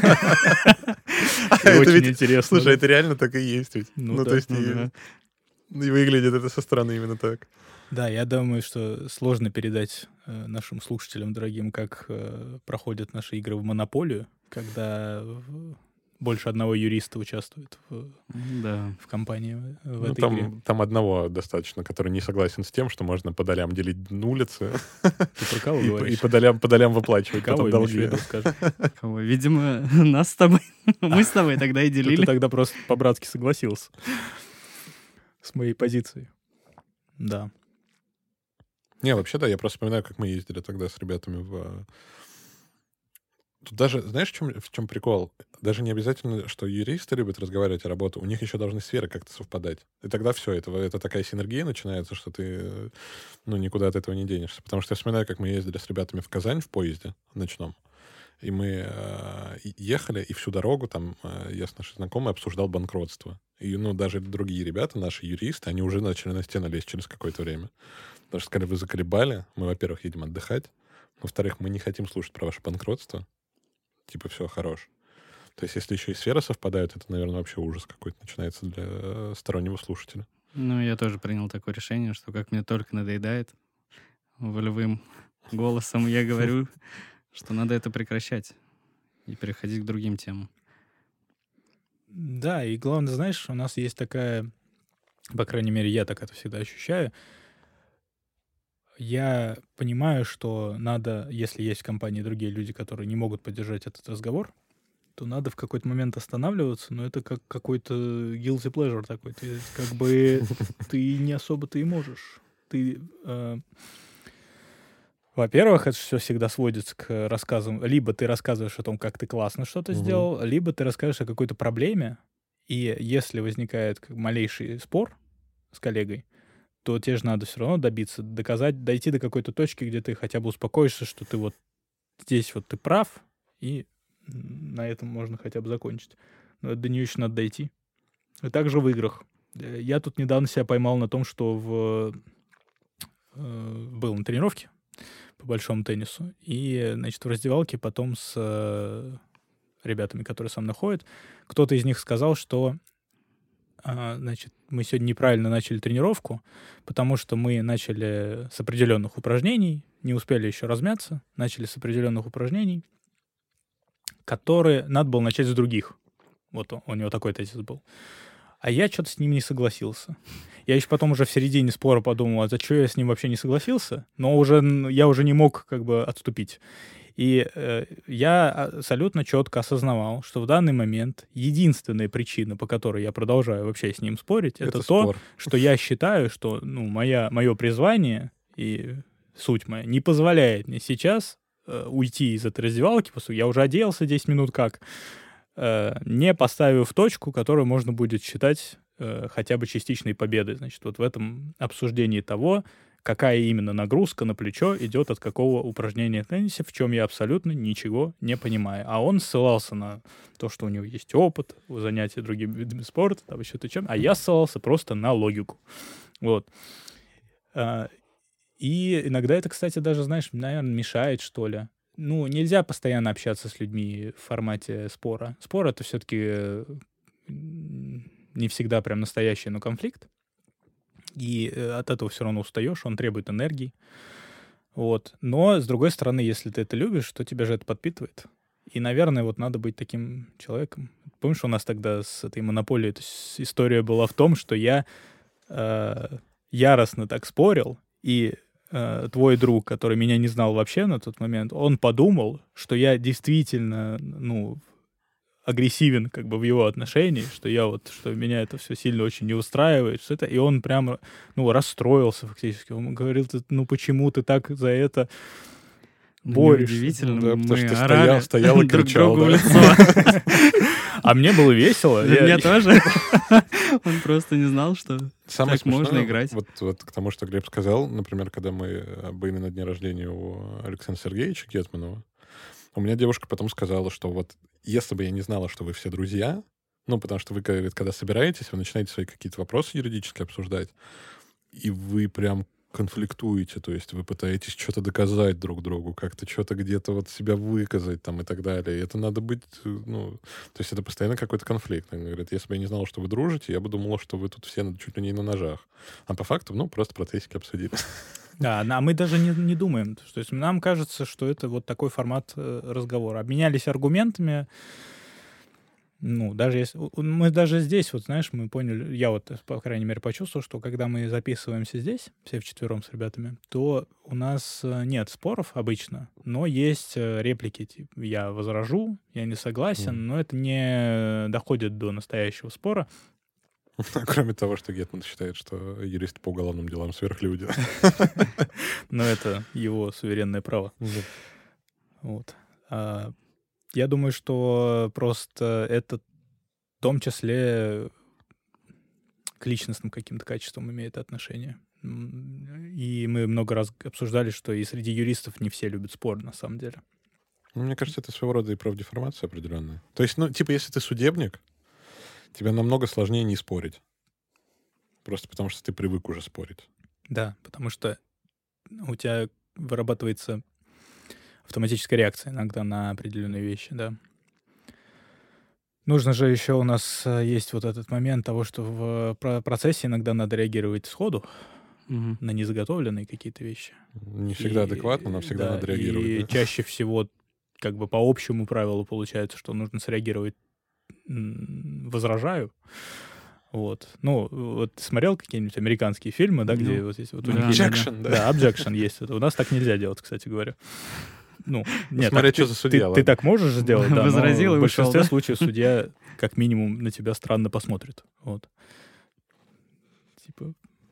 [SPEAKER 2] Это
[SPEAKER 1] Очень
[SPEAKER 2] ведь-
[SPEAKER 1] интересно.
[SPEAKER 2] Слушай,
[SPEAKER 1] да.
[SPEAKER 2] это реально так и есть ведь.
[SPEAKER 1] Ну
[SPEAKER 2] Ну,
[SPEAKER 1] да,
[SPEAKER 2] то есть,
[SPEAKER 3] ну
[SPEAKER 2] и
[SPEAKER 3] да.
[SPEAKER 2] и выглядит это со стороны именно так.
[SPEAKER 1] Да, я думаю, что сложно передать э, нашим слушателям, дорогим, как э, проходят наши игры в монополию, когда э, больше одного юриста участвует в,
[SPEAKER 3] Да.
[SPEAKER 1] в компании э, в
[SPEAKER 2] Ну,
[SPEAKER 1] этой игре.
[SPEAKER 2] там, там одного достаточно, который не согласен с тем, что можно по долям делить улицы
[SPEAKER 1] Ты про кого
[SPEAKER 2] и, по-
[SPEAKER 1] говоришь?
[SPEAKER 2] и по долям, по долям выплачивать
[SPEAKER 1] Кого
[SPEAKER 2] потом
[SPEAKER 1] имеешь в
[SPEAKER 2] долги.
[SPEAKER 1] виду, скажи?
[SPEAKER 3] Кого? Видимо, нас с тобой. Мы с тобой тогда и
[SPEAKER 1] Ну, Ты
[SPEAKER 3] делили.
[SPEAKER 1] тогда просто по-братски согласился с моей позицией. Да.
[SPEAKER 2] Не, вообще, да, я просто вспоминаю, как мы ездили тогда с ребятами в... Тут даже, знаешь, в чем, в чем прикол? Даже не обязательно, что юристы любят разговаривать о работе, у них еще должны сферы как-то совпадать. И тогда все, это, это такая синергия начинается, что ты ну, никуда от этого не денешься. Потому что я вспоминаю, как мы ездили с ребятами в Казань в поезде ночном. И мы э, ехали, и всю дорогу там э, я с нашей знакомой обсуждал банкротство. И, ну, даже другие ребята, наши юристы, они уже начали на стену лезть через какое-то время. Потому что сказали, вы заколебали. Мы, во-первых, едем отдыхать. Во-вторых, мы не хотим слушать про ваше банкротство. Типа, все, хорош. То есть, если еще и сферы совпадают, это, наверное, вообще ужас какой-то начинается для э, стороннего слушателя.
[SPEAKER 3] Ну, я тоже принял такое решение, что как мне только надоедает, волевым голосом я говорю, что надо это прекращать и переходить к другим темам.
[SPEAKER 1] Да, и главное, знаешь, у нас есть такая, по крайней мере, я так это всегда ощущаю. Я понимаю, что надо, если есть в компании другие люди, которые не могут поддержать этот разговор, то надо в какой-то момент останавливаться, но это как какой-то guilty pleasure такой. Ты как бы ты не особо-то и можешь. Ты, э, во-первых, это все всегда сводится к рассказам. Либо ты рассказываешь о том, как ты классно что-то
[SPEAKER 2] Мгм.
[SPEAKER 1] сделал, либо ты расскажешь о какой-то проблеме, и если возникает как малейший спор с коллегой, то тебе же надо все равно добиться, доказать, дойти до какой-то точки, где ты хотя бы успокоишься, что ты вот здесь вот ты прав, и м, на этом можно хотя бы закончить. Но до нее еще надо дойти. И также в играх. Э, Я тут недавно себя поймал на том, что в, э, был на тренировке по большому теннису, и, значит, в раздевалке потом с э, ребятами, которые со мной ходят, кто-то из них сказал, что а, значит, мы сегодня неправильно начали тренировку, потому что мы начали с определенных упражнений, не успели еще размяться, начали с определенных упражнений, которые надо было начать с других. Вот он- у него такой тезис был. А я что-то с ним не согласился. Я еще потом уже в середине спора подумал, а за что я с ним вообще не согласился? Но уже н- я уже не мог как бы отступить. И э, я абсолютно четко осознавал, что в данный момент единственная причина, по которой я продолжаю вообще с ним спорить, это,
[SPEAKER 2] Это
[SPEAKER 1] то,
[SPEAKER 2] спор.
[SPEAKER 1] что я считаю, что ну, моя, мое призвание и суть моя не позволяет мне сейчас э, уйти из этой раздевалки, потому что я уже оделся десять минут как, э, не поставив точку, которую можно будет считать э, хотя бы частичной победой. Значит, вот в этом обсуждении того, какая именно нагрузка на плечо идет от какого упражнения в теннисе, в чем я абсолютно ничего не понимаю. А он ссылался на то, что у него есть опыт в занятии другими видами спорта, там еще-то чем, а я ссылался просто на логику. Вот. А, И иногда это, кстати, даже, знаешь, наверное, мешает, что ли. Ну, нельзя постоянно общаться с людьми в формате спора. Спор — это все-таки не всегда прям настоящий, но конфликт. И э, от этого все равно устаешь, он требует энергии. Вот. Но, с другой стороны, если ты это любишь, то тебя же это подпитывает. И, наверное, вот надо быть таким человеком. Помнишь, у нас тогда с этой монополией эта с- история была в том, что я э, яростно так спорил, и э, твой друг, который меня не знал вообще на тот момент, он подумал, что я действительно, ну, агрессивен как бы в его отношении, что я вот, что меня это все сильно очень не устраивает, что это, и он прям, ну, расстроился фактически. Он говорил, «Ты, ну, почему ты так за это
[SPEAKER 3] Да
[SPEAKER 1] борешься?»
[SPEAKER 3] неудивительно,
[SPEAKER 2] Ну да, потому
[SPEAKER 3] мы
[SPEAKER 2] что ты
[SPEAKER 3] орали
[SPEAKER 2] стоял- стоял и
[SPEAKER 3] друг
[SPEAKER 2] кричал,
[SPEAKER 3] другу в
[SPEAKER 2] да.
[SPEAKER 3] лицо.
[SPEAKER 1] А мне было весело.
[SPEAKER 3] Для
[SPEAKER 1] Я-
[SPEAKER 3] меня тоже. Он просто не знал, что
[SPEAKER 2] Самое
[SPEAKER 3] так можно
[SPEAKER 2] смешное,
[SPEAKER 3] играть.
[SPEAKER 2] Вот, вот к тому, что Глеб сказал, например, когда мы э, были на дне рождения у Александра Сергеевича Гетманова, у меня девушка потом сказала, что вот если бы я не знала, что вы все друзья, ну, потому что вы, говорит, когда собираетесь, вы начинаете свои какие-то вопросы юридически обсуждать, и вы прям конфликтуете, то есть вы пытаетесь что-то доказать друг другу, как-то что-то где-то вот себя выказать там и так далее. И это надо быть, э, ну, то есть это постоянно какой-то конфликт. Она говорит, если бы я не знала, что вы дружите, я бы думала, что вы тут все чуть ли не на ножах. А по факту, ну, просто процессики обсудили.
[SPEAKER 1] Да, а мы даже не, не думаем. То есть нам кажется, что это вот такой формат э, разговора. Обменялись аргументами. Ну, даже если... у- Мы даже здесь, вот знаешь, мы поняли, я вот, по крайней мере, почувствовал, что когда мы записываемся здесь, все вчетвером с ребятами, то у нас э, нет споров обычно, но есть э, реплики, типа, я возражу, я не согласен,
[SPEAKER 2] Мгм.
[SPEAKER 1] но это не доходит до настоящего спора.
[SPEAKER 2] Кроме того, что Гетман считает, что юристы по уголовным делам сверхлюди.
[SPEAKER 1] Но это его суверенное право. Вот. А, Я думаю, что просто это в том числе к личностным каким-то качествам имеет отношение. М, И мы много раз обсуждали, что и среди юристов не все любят спор, на самом деле.
[SPEAKER 2] Ну, мне кажется, это своего рода и профдеформация определенная. То есть, ну, типа, если ты судебник, тебе намного сложнее не спорить. Просто потому, что ты привык уже спорить.
[SPEAKER 1] Да, потому что у тебя вырабатывается автоматическая реакция иногда на определенные вещи, да. Нужно же еще у нас э, есть вот этот момент того, что в про- процессе иногда надо реагировать сходу
[SPEAKER 3] Мгм.
[SPEAKER 1] на незаготовленные какие-то вещи.
[SPEAKER 2] Не всегда адекватно, но
[SPEAKER 1] И,
[SPEAKER 2] всегда
[SPEAKER 1] да,
[SPEAKER 2] надо реагировать.
[SPEAKER 1] и
[SPEAKER 2] да.
[SPEAKER 1] чаще всего, как бы по общему правилу получается, что нужно среагировать м, возражаю. Вот. Ну, вот ты смотрел какие-нибудь американские фильмы, да, где
[SPEAKER 3] Ну,
[SPEAKER 1] вот здесь вот у
[SPEAKER 3] да,
[SPEAKER 1] них
[SPEAKER 3] да,
[SPEAKER 1] есть...
[SPEAKER 3] да.
[SPEAKER 2] Objection, да.
[SPEAKER 1] Да, objection есть. Это у нас так нельзя делать, кстати говоря. Ну, нет,
[SPEAKER 2] смотря
[SPEAKER 1] так
[SPEAKER 2] что
[SPEAKER 1] ты,
[SPEAKER 2] за
[SPEAKER 1] ты-
[SPEAKER 2] судья,
[SPEAKER 1] ты
[SPEAKER 2] ладно.
[SPEAKER 1] так можешь сделать, да,
[SPEAKER 3] Возразил
[SPEAKER 1] но
[SPEAKER 3] и
[SPEAKER 1] в
[SPEAKER 3] ушел,
[SPEAKER 1] большинстве
[SPEAKER 3] да?
[SPEAKER 1] случаев судья как минимум на тебя странно посмотрит. Вот. Типа,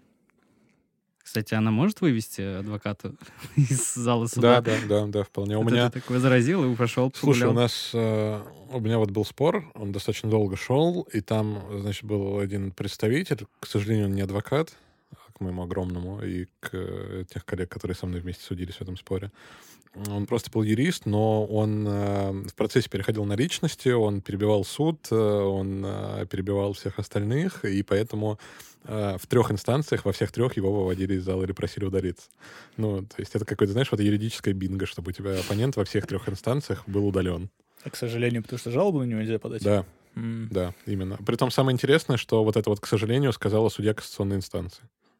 [SPEAKER 3] Кстати, она может вывести адвоката из зала
[SPEAKER 2] Да,
[SPEAKER 3] суда?
[SPEAKER 2] да, да, да, вполне. У
[SPEAKER 3] Вот
[SPEAKER 2] меня,
[SPEAKER 3] это так возразил и пошел,
[SPEAKER 2] слушай, у
[SPEAKER 3] погулял.
[SPEAKER 2] нас, э, у меня вот был спор, он достаточно долго шел, и там, значит, был один представитель, к сожалению, он не адвокат, к моему огромному, и к э, тех коллег, которые со мной вместе судились в этом споре. Он просто был юрист, но он э, в процессе переходил на личности, он перебивал суд, э, он э, перебивал всех остальных, и поэтому э, в трех инстанциях, во всех трех его выводили из зала или просили удалиться. Ну, то есть это какое-то, знаешь, вот юридическое бинго, чтобы у тебя оппонент во всех трех инстанциях был удален.
[SPEAKER 1] а, к сожалению, потому что жалобу на него нельзя подать.
[SPEAKER 2] Да,
[SPEAKER 1] М.
[SPEAKER 2] да, именно. Притом самое интересное, что вот это вот, к сожалению, сказала судья кассационной инстанции.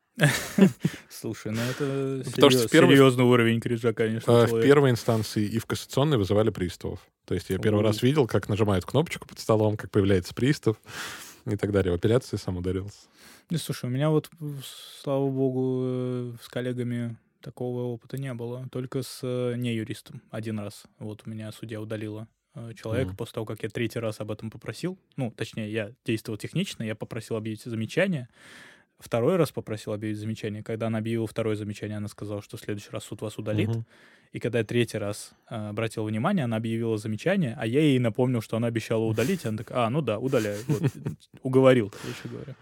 [SPEAKER 1] Слушай, ну это
[SPEAKER 2] Потому что
[SPEAKER 1] серьез-
[SPEAKER 2] в первой-
[SPEAKER 1] серьезный уровень кринжа, конечно,
[SPEAKER 2] Э, В
[SPEAKER 1] человека.
[SPEAKER 2] первой инстанции и в кассационной вызывали приставов. То есть я первый
[SPEAKER 1] У.
[SPEAKER 2] раз видел, как нажимают кнопочку под столом, как появляется пристав и так далее. В апелляции сам ударился.
[SPEAKER 1] Ну, слушай, у меня вот, в- слава богу, э, с коллегами такого опыта не было. Только с э, неюристом один раз. Вот у меня судья удалила э, человека
[SPEAKER 2] Мгм.
[SPEAKER 1] после того, как я третий раз об этом попросил. Ну, точнее, я действовал технично, я попросил объявить замечание. Второй раз попросил объявить замечание. Когда она объявила второе замечание, она сказала, что в следующий раз суд вас удалит.
[SPEAKER 2] Мгм.
[SPEAKER 1] И когда я третий раз э, обратил внимание, она объявила замечание, а я ей напомнил, что она обещала удалить. Она такая, а, ну да, удаляю. Вот, уговорил, короче говоря.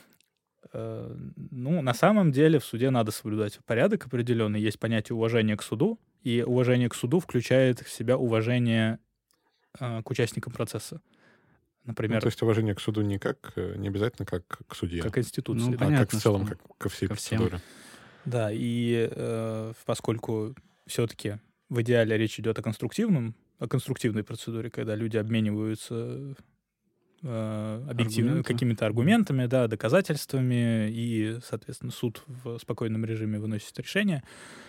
[SPEAKER 1] Э, Ну, на самом деле в суде надо соблюдать порядок определенный. Есть понятие уважения к суду, и уважение к суду включает в себя уважение э, к участникам процесса.
[SPEAKER 2] Ну,
[SPEAKER 1] Например,
[SPEAKER 2] то есть уважение к суду не как, э, не обязательно как к судье,
[SPEAKER 1] как институции.
[SPEAKER 3] Ну,
[SPEAKER 1] да.
[SPEAKER 2] а как
[SPEAKER 3] понятно,
[SPEAKER 2] в целом,
[SPEAKER 3] что
[SPEAKER 2] как ко всей
[SPEAKER 3] ко всем.
[SPEAKER 2] процедуре.
[SPEAKER 1] Да, и э, поскольку все-таки в идеале речь идет о конструктивном, о конструктивной процедуре, когда люди обмениваются э, объективными
[SPEAKER 3] Аргументы.
[SPEAKER 1] какими-то аргументами, да, доказательствами, и, соответственно, суд в спокойном режиме выносит решение,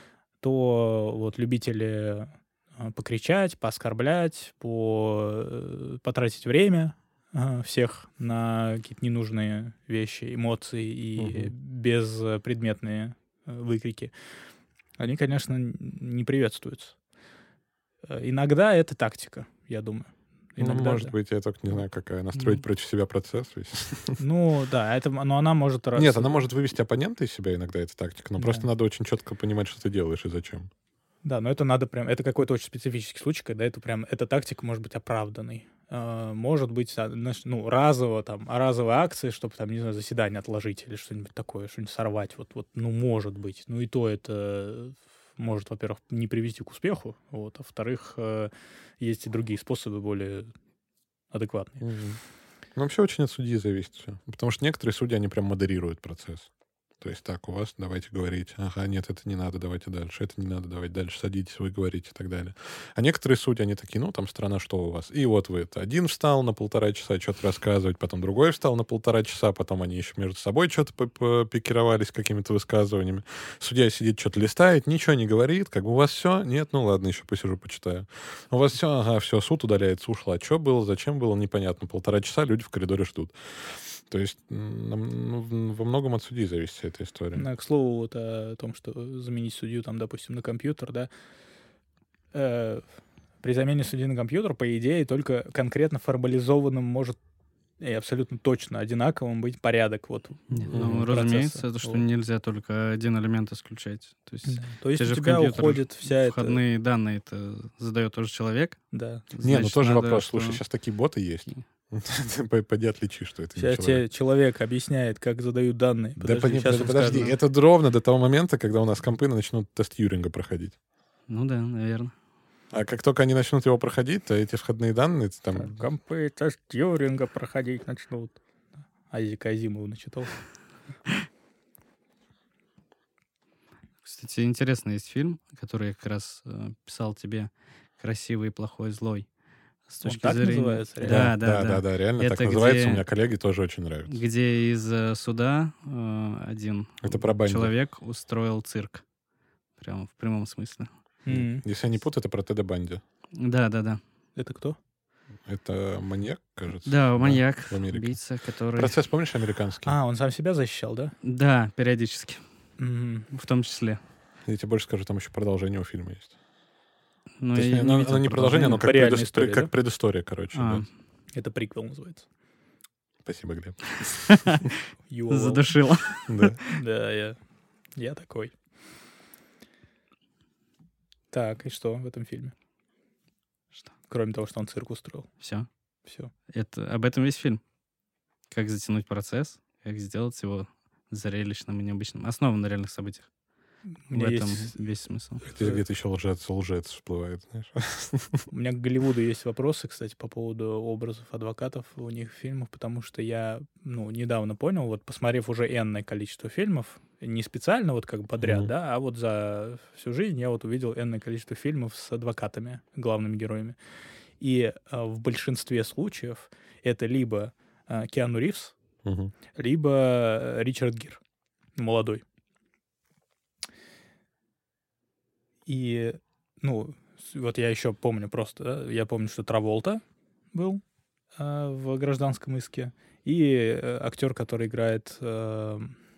[SPEAKER 1] то вот любители э, покричать, пооскорблять, по, э, потратить время э, всех на какие-то ненужные вещи, эмоции и
[SPEAKER 2] Мгм.
[SPEAKER 1] безпредметные э, выкрики, они, конечно, н- не приветствуются. Э, Иногда это тактика, я думаю.
[SPEAKER 2] Ну,
[SPEAKER 1] Иногда,
[SPEAKER 2] может
[SPEAKER 1] да.
[SPEAKER 2] быть, я только не знаю, какая. Настроить
[SPEAKER 1] Ну.
[SPEAKER 2] против себя процесс весь.
[SPEAKER 1] Ну, да, это, но она может... раз-
[SPEAKER 2] Нет, она может вывести оппонента из себя иногда, эта тактика, но
[SPEAKER 1] Да.
[SPEAKER 2] просто надо очень четко понимать, что ты делаешь и зачем.
[SPEAKER 1] Да, но это надо прям... Это какой-то очень специфический случай, когда это прям... Эта тактика может быть оправданной. Э, Может быть, а, знаешь, ну, разово, там, а разовые акции, чтобы, там, не знаю, заседание отложить или что-нибудь такое, что-нибудь сорвать. Вот, вот, ну, может быть. Ну, и то это может, во-первых, не привести к успеху, вот, а во-вторых, э, есть и другие способы более адекватные.
[SPEAKER 2] Мгм. Ну, вообще очень от судьи зависит все. Потому что некоторые судьи, они прям модерируют процесс. То есть так, у вас давайте говорить. Ага, нет, это не надо, давайте дальше. Это не надо, давайте дальше. Садитесь, вы говорите и так далее. А некоторые судьи, они такие, ну, там страна, что у вас? И вот вы это один встал на полтора часа что-то рассказывать, потом другой встал на полтора часа, потом они еще между собой что-то попикировались какими-то высказываниями. Судья сидит, что-то листает, ничего не говорит. Как бы у вас все? Нет, ну ладно, еще посижу, почитаю. У вас все? Ага, все, суд удаляется, ушла. Что было, зачем было, непонятно. Полтора часа люди в коридоре ждут. То есть м, ну, в- во многом от судьи зависит вся эта история.
[SPEAKER 1] Ну, к слову, вот о том, что заменить судью, там, допустим, на компьютер, да, э, при замене судьи на компьютер, по идее, только конкретно формализованным может и абсолютно точно одинаковым быть порядок вот
[SPEAKER 3] Нет,
[SPEAKER 2] Мгм.
[SPEAKER 3] ну,
[SPEAKER 1] процесса.
[SPEAKER 3] разумеется, это что
[SPEAKER 1] Вот.
[SPEAKER 3] нельзя только один элемент исключать. То есть
[SPEAKER 1] Да. То есть
[SPEAKER 3] те
[SPEAKER 1] у
[SPEAKER 3] же в
[SPEAKER 1] тебя
[SPEAKER 3] компьютер
[SPEAKER 1] уходит вся эта...
[SPEAKER 3] входные данные это задает тоже человек.
[SPEAKER 1] Да.
[SPEAKER 2] Не, ну
[SPEAKER 3] Значит,
[SPEAKER 2] тоже
[SPEAKER 3] надо,
[SPEAKER 2] вопрос.
[SPEAKER 3] что-
[SPEAKER 2] Слушай, сейчас такие боты есть. Ты по- Пойди отличи, что это не
[SPEAKER 1] Сейчас тебе
[SPEAKER 2] человек.
[SPEAKER 1] человек объясняет, как задают данные.
[SPEAKER 2] Да
[SPEAKER 1] Подожди,
[SPEAKER 2] пони-
[SPEAKER 1] щас
[SPEAKER 2] да
[SPEAKER 1] он
[SPEAKER 2] подожди,
[SPEAKER 1] скажет.
[SPEAKER 2] это ровно до того момента, когда у нас компы начнут тест Юринга проходить.
[SPEAKER 3] Ну да, наверное.
[SPEAKER 2] А как только они начнут его проходить, то эти входные данные там...
[SPEAKER 1] Так, компы тест Тьюринга проходить начнут. Азика Азимова начитал.
[SPEAKER 3] Кстати, интересный есть фильм, который я как раз э, писал тебе «Красивый, плохой, злой» С
[SPEAKER 1] Он
[SPEAKER 3] точки
[SPEAKER 1] так
[SPEAKER 3] зрения...
[SPEAKER 1] называется, реально?
[SPEAKER 3] Да,
[SPEAKER 2] да,
[SPEAKER 3] да,
[SPEAKER 2] да,
[SPEAKER 3] да.
[SPEAKER 2] да, реально так
[SPEAKER 3] Это
[SPEAKER 2] называется.
[SPEAKER 3] где-
[SPEAKER 2] У меня коллеги тоже очень нравятся.
[SPEAKER 3] Где из э, суда э, один
[SPEAKER 2] Это про Банди.
[SPEAKER 3] человек устроил цирк. Прям в прямом смысле.
[SPEAKER 1] М.
[SPEAKER 2] Если я не путаю, это про Теда Банди.
[SPEAKER 3] Да, да, да.
[SPEAKER 1] Это кто?
[SPEAKER 2] Это маньяк, кажется.
[SPEAKER 3] Да, маньяк,
[SPEAKER 2] в Америке.
[SPEAKER 3] убийца, который...
[SPEAKER 2] Процесс, помнишь, американский?
[SPEAKER 1] А, он сам себя защищал, да?
[SPEAKER 3] Да, периодически.
[SPEAKER 1] Мгм.
[SPEAKER 3] В том числе.
[SPEAKER 2] Я тебе больше скажу, там еще продолжение у фильма есть.
[SPEAKER 3] Ну,
[SPEAKER 2] Точнее,
[SPEAKER 3] я
[SPEAKER 2] оно,
[SPEAKER 3] видел
[SPEAKER 2] оно не продолжение, оно
[SPEAKER 1] По
[SPEAKER 2] как,
[SPEAKER 1] реальной
[SPEAKER 2] предыс-
[SPEAKER 1] истории,
[SPEAKER 2] как
[SPEAKER 1] да?
[SPEAKER 2] предыстория, короче.
[SPEAKER 3] А,
[SPEAKER 2] да.
[SPEAKER 1] Это приквел называется.
[SPEAKER 2] Спасибо, Глеб.
[SPEAKER 1] You all.
[SPEAKER 3] задушила.
[SPEAKER 2] Да.
[SPEAKER 1] Да, я, я такой. Так, и что в этом фильме?
[SPEAKER 3] Что?
[SPEAKER 1] Кроме того, что он цирк устроил.
[SPEAKER 3] Все.
[SPEAKER 1] Все.
[SPEAKER 3] Это, об этом весь фильм. Как затянуть процесс, как сделать его зрелищным и необычным. Основан на реальных событиях.
[SPEAKER 1] У
[SPEAKER 3] В
[SPEAKER 1] меня,
[SPEAKER 3] этом
[SPEAKER 1] есть,
[SPEAKER 3] весь смысл.
[SPEAKER 2] Здесь где-то еще лжец, лжец всплывает, знаешь.
[SPEAKER 1] у меня к Голливуду есть вопросы, кстати, по поводу образов адвокатов у них в фильмах, потому что я, ну, недавно понял, вот посмотрев уже энное количество фильмов, не специально вот как бы подряд,
[SPEAKER 2] Мгм.
[SPEAKER 1] да, а вот за всю жизнь я вот увидел энное количество фильмов с адвокатами, главными героями. И а, в большинстве случаев это либо а, Киану Ривз,
[SPEAKER 2] Мгм.
[SPEAKER 1] либо э, Ричард Гир, молодой. И, ну, с- вот я еще помню просто, да, я помню, что Траволта был а, в «Гражданском иске», и э, актер, который играет э,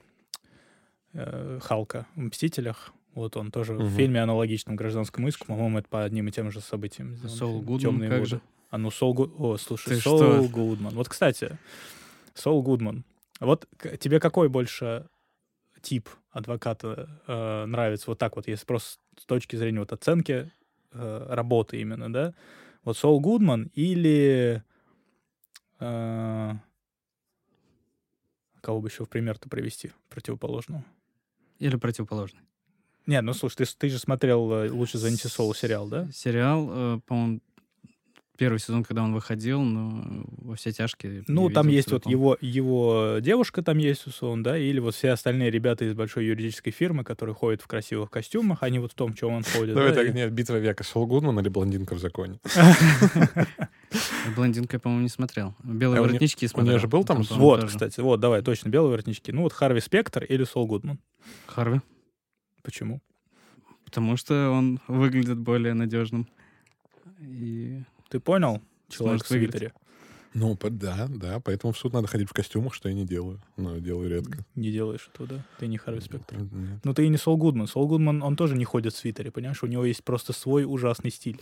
[SPEAKER 1] э, Халка в «Мстителях», вот он тоже в
[SPEAKER 2] Мгм.
[SPEAKER 1] фильме аналогичном «Гражданскому иску», по-моему, это по одним и тем же событиям. сделан
[SPEAKER 3] Сол
[SPEAKER 1] фильм.
[SPEAKER 3] Гудман
[SPEAKER 1] «Темные
[SPEAKER 3] как
[SPEAKER 1] воды».
[SPEAKER 3] же?
[SPEAKER 1] А ну Сол Гу- О, слушай,
[SPEAKER 3] Ты
[SPEAKER 1] Сол
[SPEAKER 3] что?
[SPEAKER 1] Гудман. Вот, кстати, Сол Гудман. Вот к- тебе какой больше тип адвоката э, нравится? Вот так вот, если просто с точки зрения вот оценки э, работы именно, да? Вот Сол Гудман или... э, кого бы еще в пример-то привести противоположного?
[SPEAKER 3] Или противоположный?
[SPEAKER 1] Не, ну слушай, ты, с- ты же смотрел э, «Лучше звоните Солу» сериал, да?
[SPEAKER 3] Сериал, э, по-моему, первый сезон, когда он выходил, но во все тяжкие.
[SPEAKER 1] Ну,
[SPEAKER 3] не
[SPEAKER 1] там
[SPEAKER 3] видел
[SPEAKER 1] есть вот
[SPEAKER 3] целиком.
[SPEAKER 1] его, его девушка там есть, условно, да, или вот все остальные ребята из большой юридической фирмы, которые ходят в красивых костюмах, они вот в том, в чем он ходит.
[SPEAKER 2] Давай
[SPEAKER 1] да,
[SPEAKER 2] так,
[SPEAKER 1] и-
[SPEAKER 2] нет, «Битва века» Сол Гудман или «Блондинка в законе»?
[SPEAKER 3] «Блондинку» я, по-моему, не смотрел. «Белые
[SPEAKER 2] А у не-
[SPEAKER 3] воротнички»
[SPEAKER 2] у
[SPEAKER 3] смотрел.
[SPEAKER 2] неё же был там
[SPEAKER 3] по-моему,
[SPEAKER 1] Вот,
[SPEAKER 3] тоже.
[SPEAKER 1] кстати, вот, давай, точно, белые воротнички. Ну, вот Харви Спектр или Сол Гудман.
[SPEAKER 3] Харви.
[SPEAKER 1] Почему?
[SPEAKER 3] Потому что он выглядит более надежным. И
[SPEAKER 1] Ты понял? Человек
[SPEAKER 3] Сможет
[SPEAKER 1] в
[SPEAKER 3] выиграть.
[SPEAKER 1] свитере.
[SPEAKER 2] Ну, по- да, да, поэтому в суд надо ходить в костюмах, что я не делаю. Но делаю редко.
[SPEAKER 1] Не делаешь этого, да? Ты не Харви Спектр.
[SPEAKER 2] Нет.
[SPEAKER 1] Ну, ты и не Сол Гудман. Сол Гудман, он тоже не ходит в свитере, понимаешь? У него есть просто свой ужасный стиль.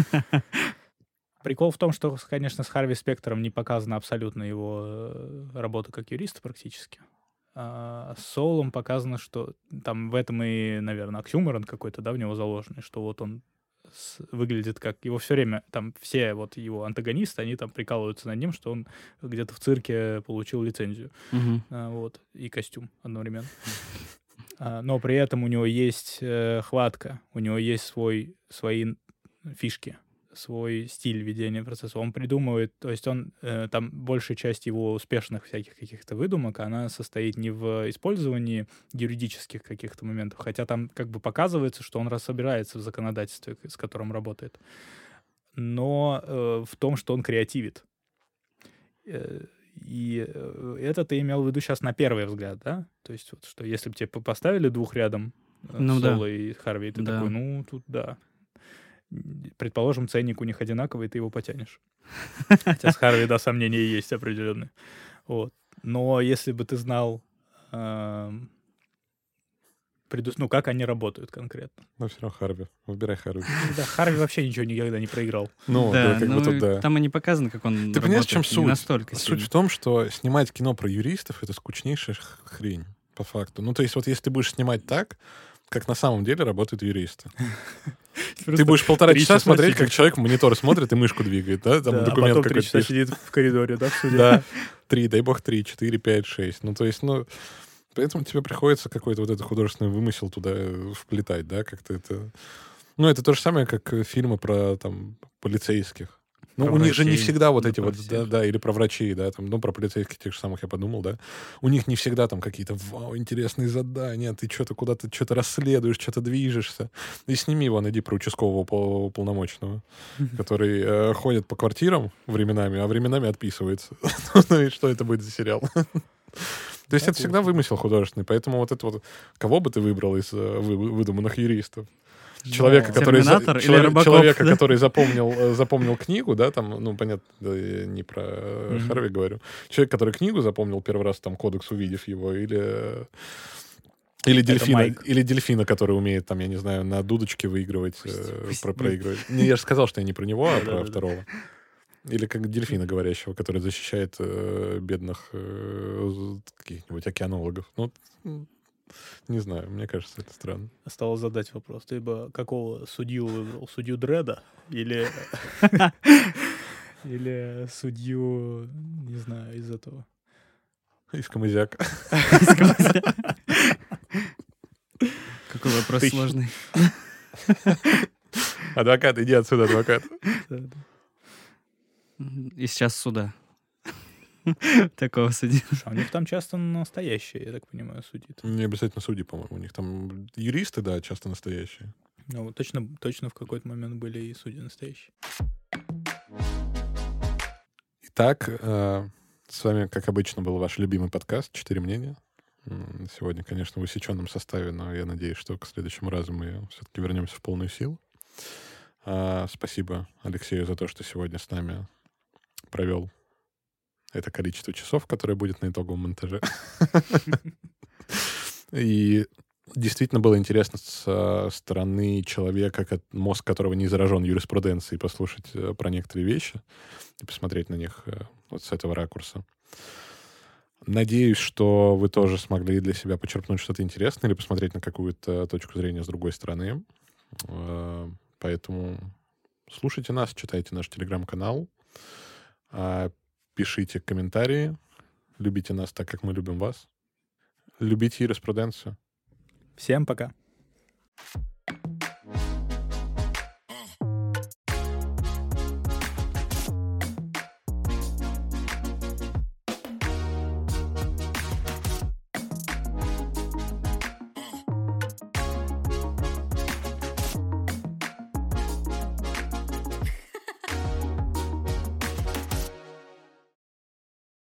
[SPEAKER 1] Прикол в том, что, конечно, с Харви Спектром не показана абсолютно его э, работа как юриста практически. А с Соулом показано, что там в этом и, наверное, оксюморон какой-то, да, в него заложенный, что вот он с- выглядит как... Его все время, там все вот его антагонисты, они там прикалываются над ним, что он где-то в цирке получил лицензию.
[SPEAKER 3] Мгм.
[SPEAKER 1] А, вот, и костюм одновременно. А, но при этом у него есть э, хватка, у него есть свой, свои н- фишки, свой стиль ведения процесса. Он придумывает, то есть он, э, там большая часть его успешных всяких каких-то выдумок, она состоит не в использовании юридических каких-то моментов, хотя там как бы показывается, что он разбирается в законодательстве, с которым работает, но э, в том, что он креативит. Э, И э, это ты имел в виду сейчас на первый взгляд, да? То есть вот что если бы тебе по- поставили двух рядом, э,
[SPEAKER 3] Ну да.
[SPEAKER 1] Соло и Харви, ты
[SPEAKER 3] Да.
[SPEAKER 1] такой, ну, тут да. М, Предположим, ценник у них одинаковый, ты его потянешь. Хотя с Харви, да, сомнения есть определенные. Вот. Но если бы ты знал, эм, предус- ну, как они работают конкретно.
[SPEAKER 2] Но все равно Харви. Выбирай Харви.
[SPEAKER 1] Да, Харви вообще ничего никогда не проиграл.
[SPEAKER 2] Ну,
[SPEAKER 3] да,
[SPEAKER 2] да, как
[SPEAKER 3] ну,
[SPEAKER 2] будто
[SPEAKER 3] и
[SPEAKER 2] да.
[SPEAKER 3] там и не показано, как он
[SPEAKER 2] Ты понимаешь, в чем
[SPEAKER 3] работает, не
[SPEAKER 2] суть?
[SPEAKER 3] настолько
[SPEAKER 2] Суть
[SPEAKER 3] сильно.
[SPEAKER 2] в том, что снимать кино про юристов — это скучнейшая х- хрень, по факту. Ну, то есть вот если ты будешь снимать так, как на самом деле работают юристы. Ты будешь полтора
[SPEAKER 1] три
[SPEAKER 2] часа
[SPEAKER 1] часа
[SPEAKER 2] смотреть,
[SPEAKER 1] сидеть.
[SPEAKER 2] как человек в монитор смотрит и мышку двигает, да? Там
[SPEAKER 1] Да, а
[SPEAKER 2] документ
[SPEAKER 1] потом три
[SPEAKER 2] какой-то
[SPEAKER 1] часа
[SPEAKER 2] пишет.
[SPEAKER 1] сидит в коридоре, да, в суде.
[SPEAKER 2] Да, три, дай бог, три, четыре, пять, шесть. Ну, то есть, ну, поэтому тебе приходится какой-то вот этот художественный вымысел туда э, вплетать, да, как-то это... Ну, это то же самое, как э, фильмы про, там, полицейских. Ну,
[SPEAKER 1] Про
[SPEAKER 2] у них же не
[SPEAKER 1] врачей,
[SPEAKER 2] всегда вот
[SPEAKER 1] да,
[SPEAKER 2] эти
[SPEAKER 1] про
[SPEAKER 2] вот, да,
[SPEAKER 1] всех.
[SPEAKER 2] да, или про врачей, да, там, ну, про полицейских тех же самых я подумал, да. У них не всегда там какие-то, вау, интересные задания, ты что-то куда-то, что-то расследуешь, что-то движешься. И сними вон, иди про участкового пол- уполномоченного, который э, ходит по квартирам временами, а временами отписывается. Ну и что это будет за сериал? То есть это всегда
[SPEAKER 1] Допустим.
[SPEAKER 2] вымысел художественный, поэтому вот это вот... Кого бы ты выбрал из э, вы- выдуманных юристов? Человека,
[SPEAKER 1] Но-
[SPEAKER 2] который, за-
[SPEAKER 3] Терминатор или
[SPEAKER 2] чело-
[SPEAKER 3] Робокоп,
[SPEAKER 2] человека,
[SPEAKER 3] да?
[SPEAKER 2] который запомнил, э, запомнил книгу, да, там, ну, понятно, да, я не про э,
[SPEAKER 1] Мгм.
[SPEAKER 2] Харви говорю. Человек, который книгу запомнил первый раз, там, кодекс увидев его, или... э, Или дельфина,
[SPEAKER 1] Майк.
[SPEAKER 2] или дельфина, который умеет, там, я не знаю, на дудочке выигрывать, э,
[SPEAKER 3] Пусть-
[SPEAKER 2] про-
[SPEAKER 3] пусть-
[SPEAKER 2] проигрывать. Не, я же сказал, что я не про него, а про
[SPEAKER 1] Да-да-да-да.
[SPEAKER 2] второго. Или как дельфина говорящего, который защищает э, бедных э, з- каких-нибудь океанологов. Ну, м, не знаю, мне кажется, это странно.
[SPEAKER 1] Осталось задать вопрос. Ты бы какого судью выбрал? Судью Дреда? Или... Или судью, не знаю, из этого?
[SPEAKER 2] Из Камызяка.
[SPEAKER 3] Какой вопрос
[SPEAKER 1] Тысяч.
[SPEAKER 3] сложный.
[SPEAKER 2] Адвокат, иди отсюда, адвокат.
[SPEAKER 1] Да-да.
[SPEAKER 3] Мгм. И сейчас суда. Такого судьи.
[SPEAKER 1] Слушай, а у них там часто настоящие, я так понимаю, судьи-то.
[SPEAKER 2] Не обязательно судьи, по-моему. У них там юристы, да, часто настоящие.
[SPEAKER 1] Ну, вот точно, точно в какой-то момент были и судьи настоящие.
[SPEAKER 2] Итак, э, с вами, как обычно, был ваш любимый подкаст «Четыре мнения». М, Сегодня, конечно, в усеченном составе, но я надеюсь, что к следующему разу мы все-таки вернемся в полную силу. А, Спасибо Алексею за то, что сегодня с нами провел это количество часов, которое будет на итоговом монтаже. И действительно было интересно со стороны человека, ко- мозг которого не заражен юриспруденцией, послушать э, про некоторые вещи и посмотреть на них э, вот с этого ракурса. Надеюсь, что вы тоже смогли для себя почерпнуть что-то интересное или посмотреть на какую-то точку зрения с другой стороны. Э, Поэтому слушайте нас, читайте наш телеграм-канал, а, пишите комментарии, любите нас так, как мы любим вас. Любите юриспруденцию.
[SPEAKER 1] Всем пока.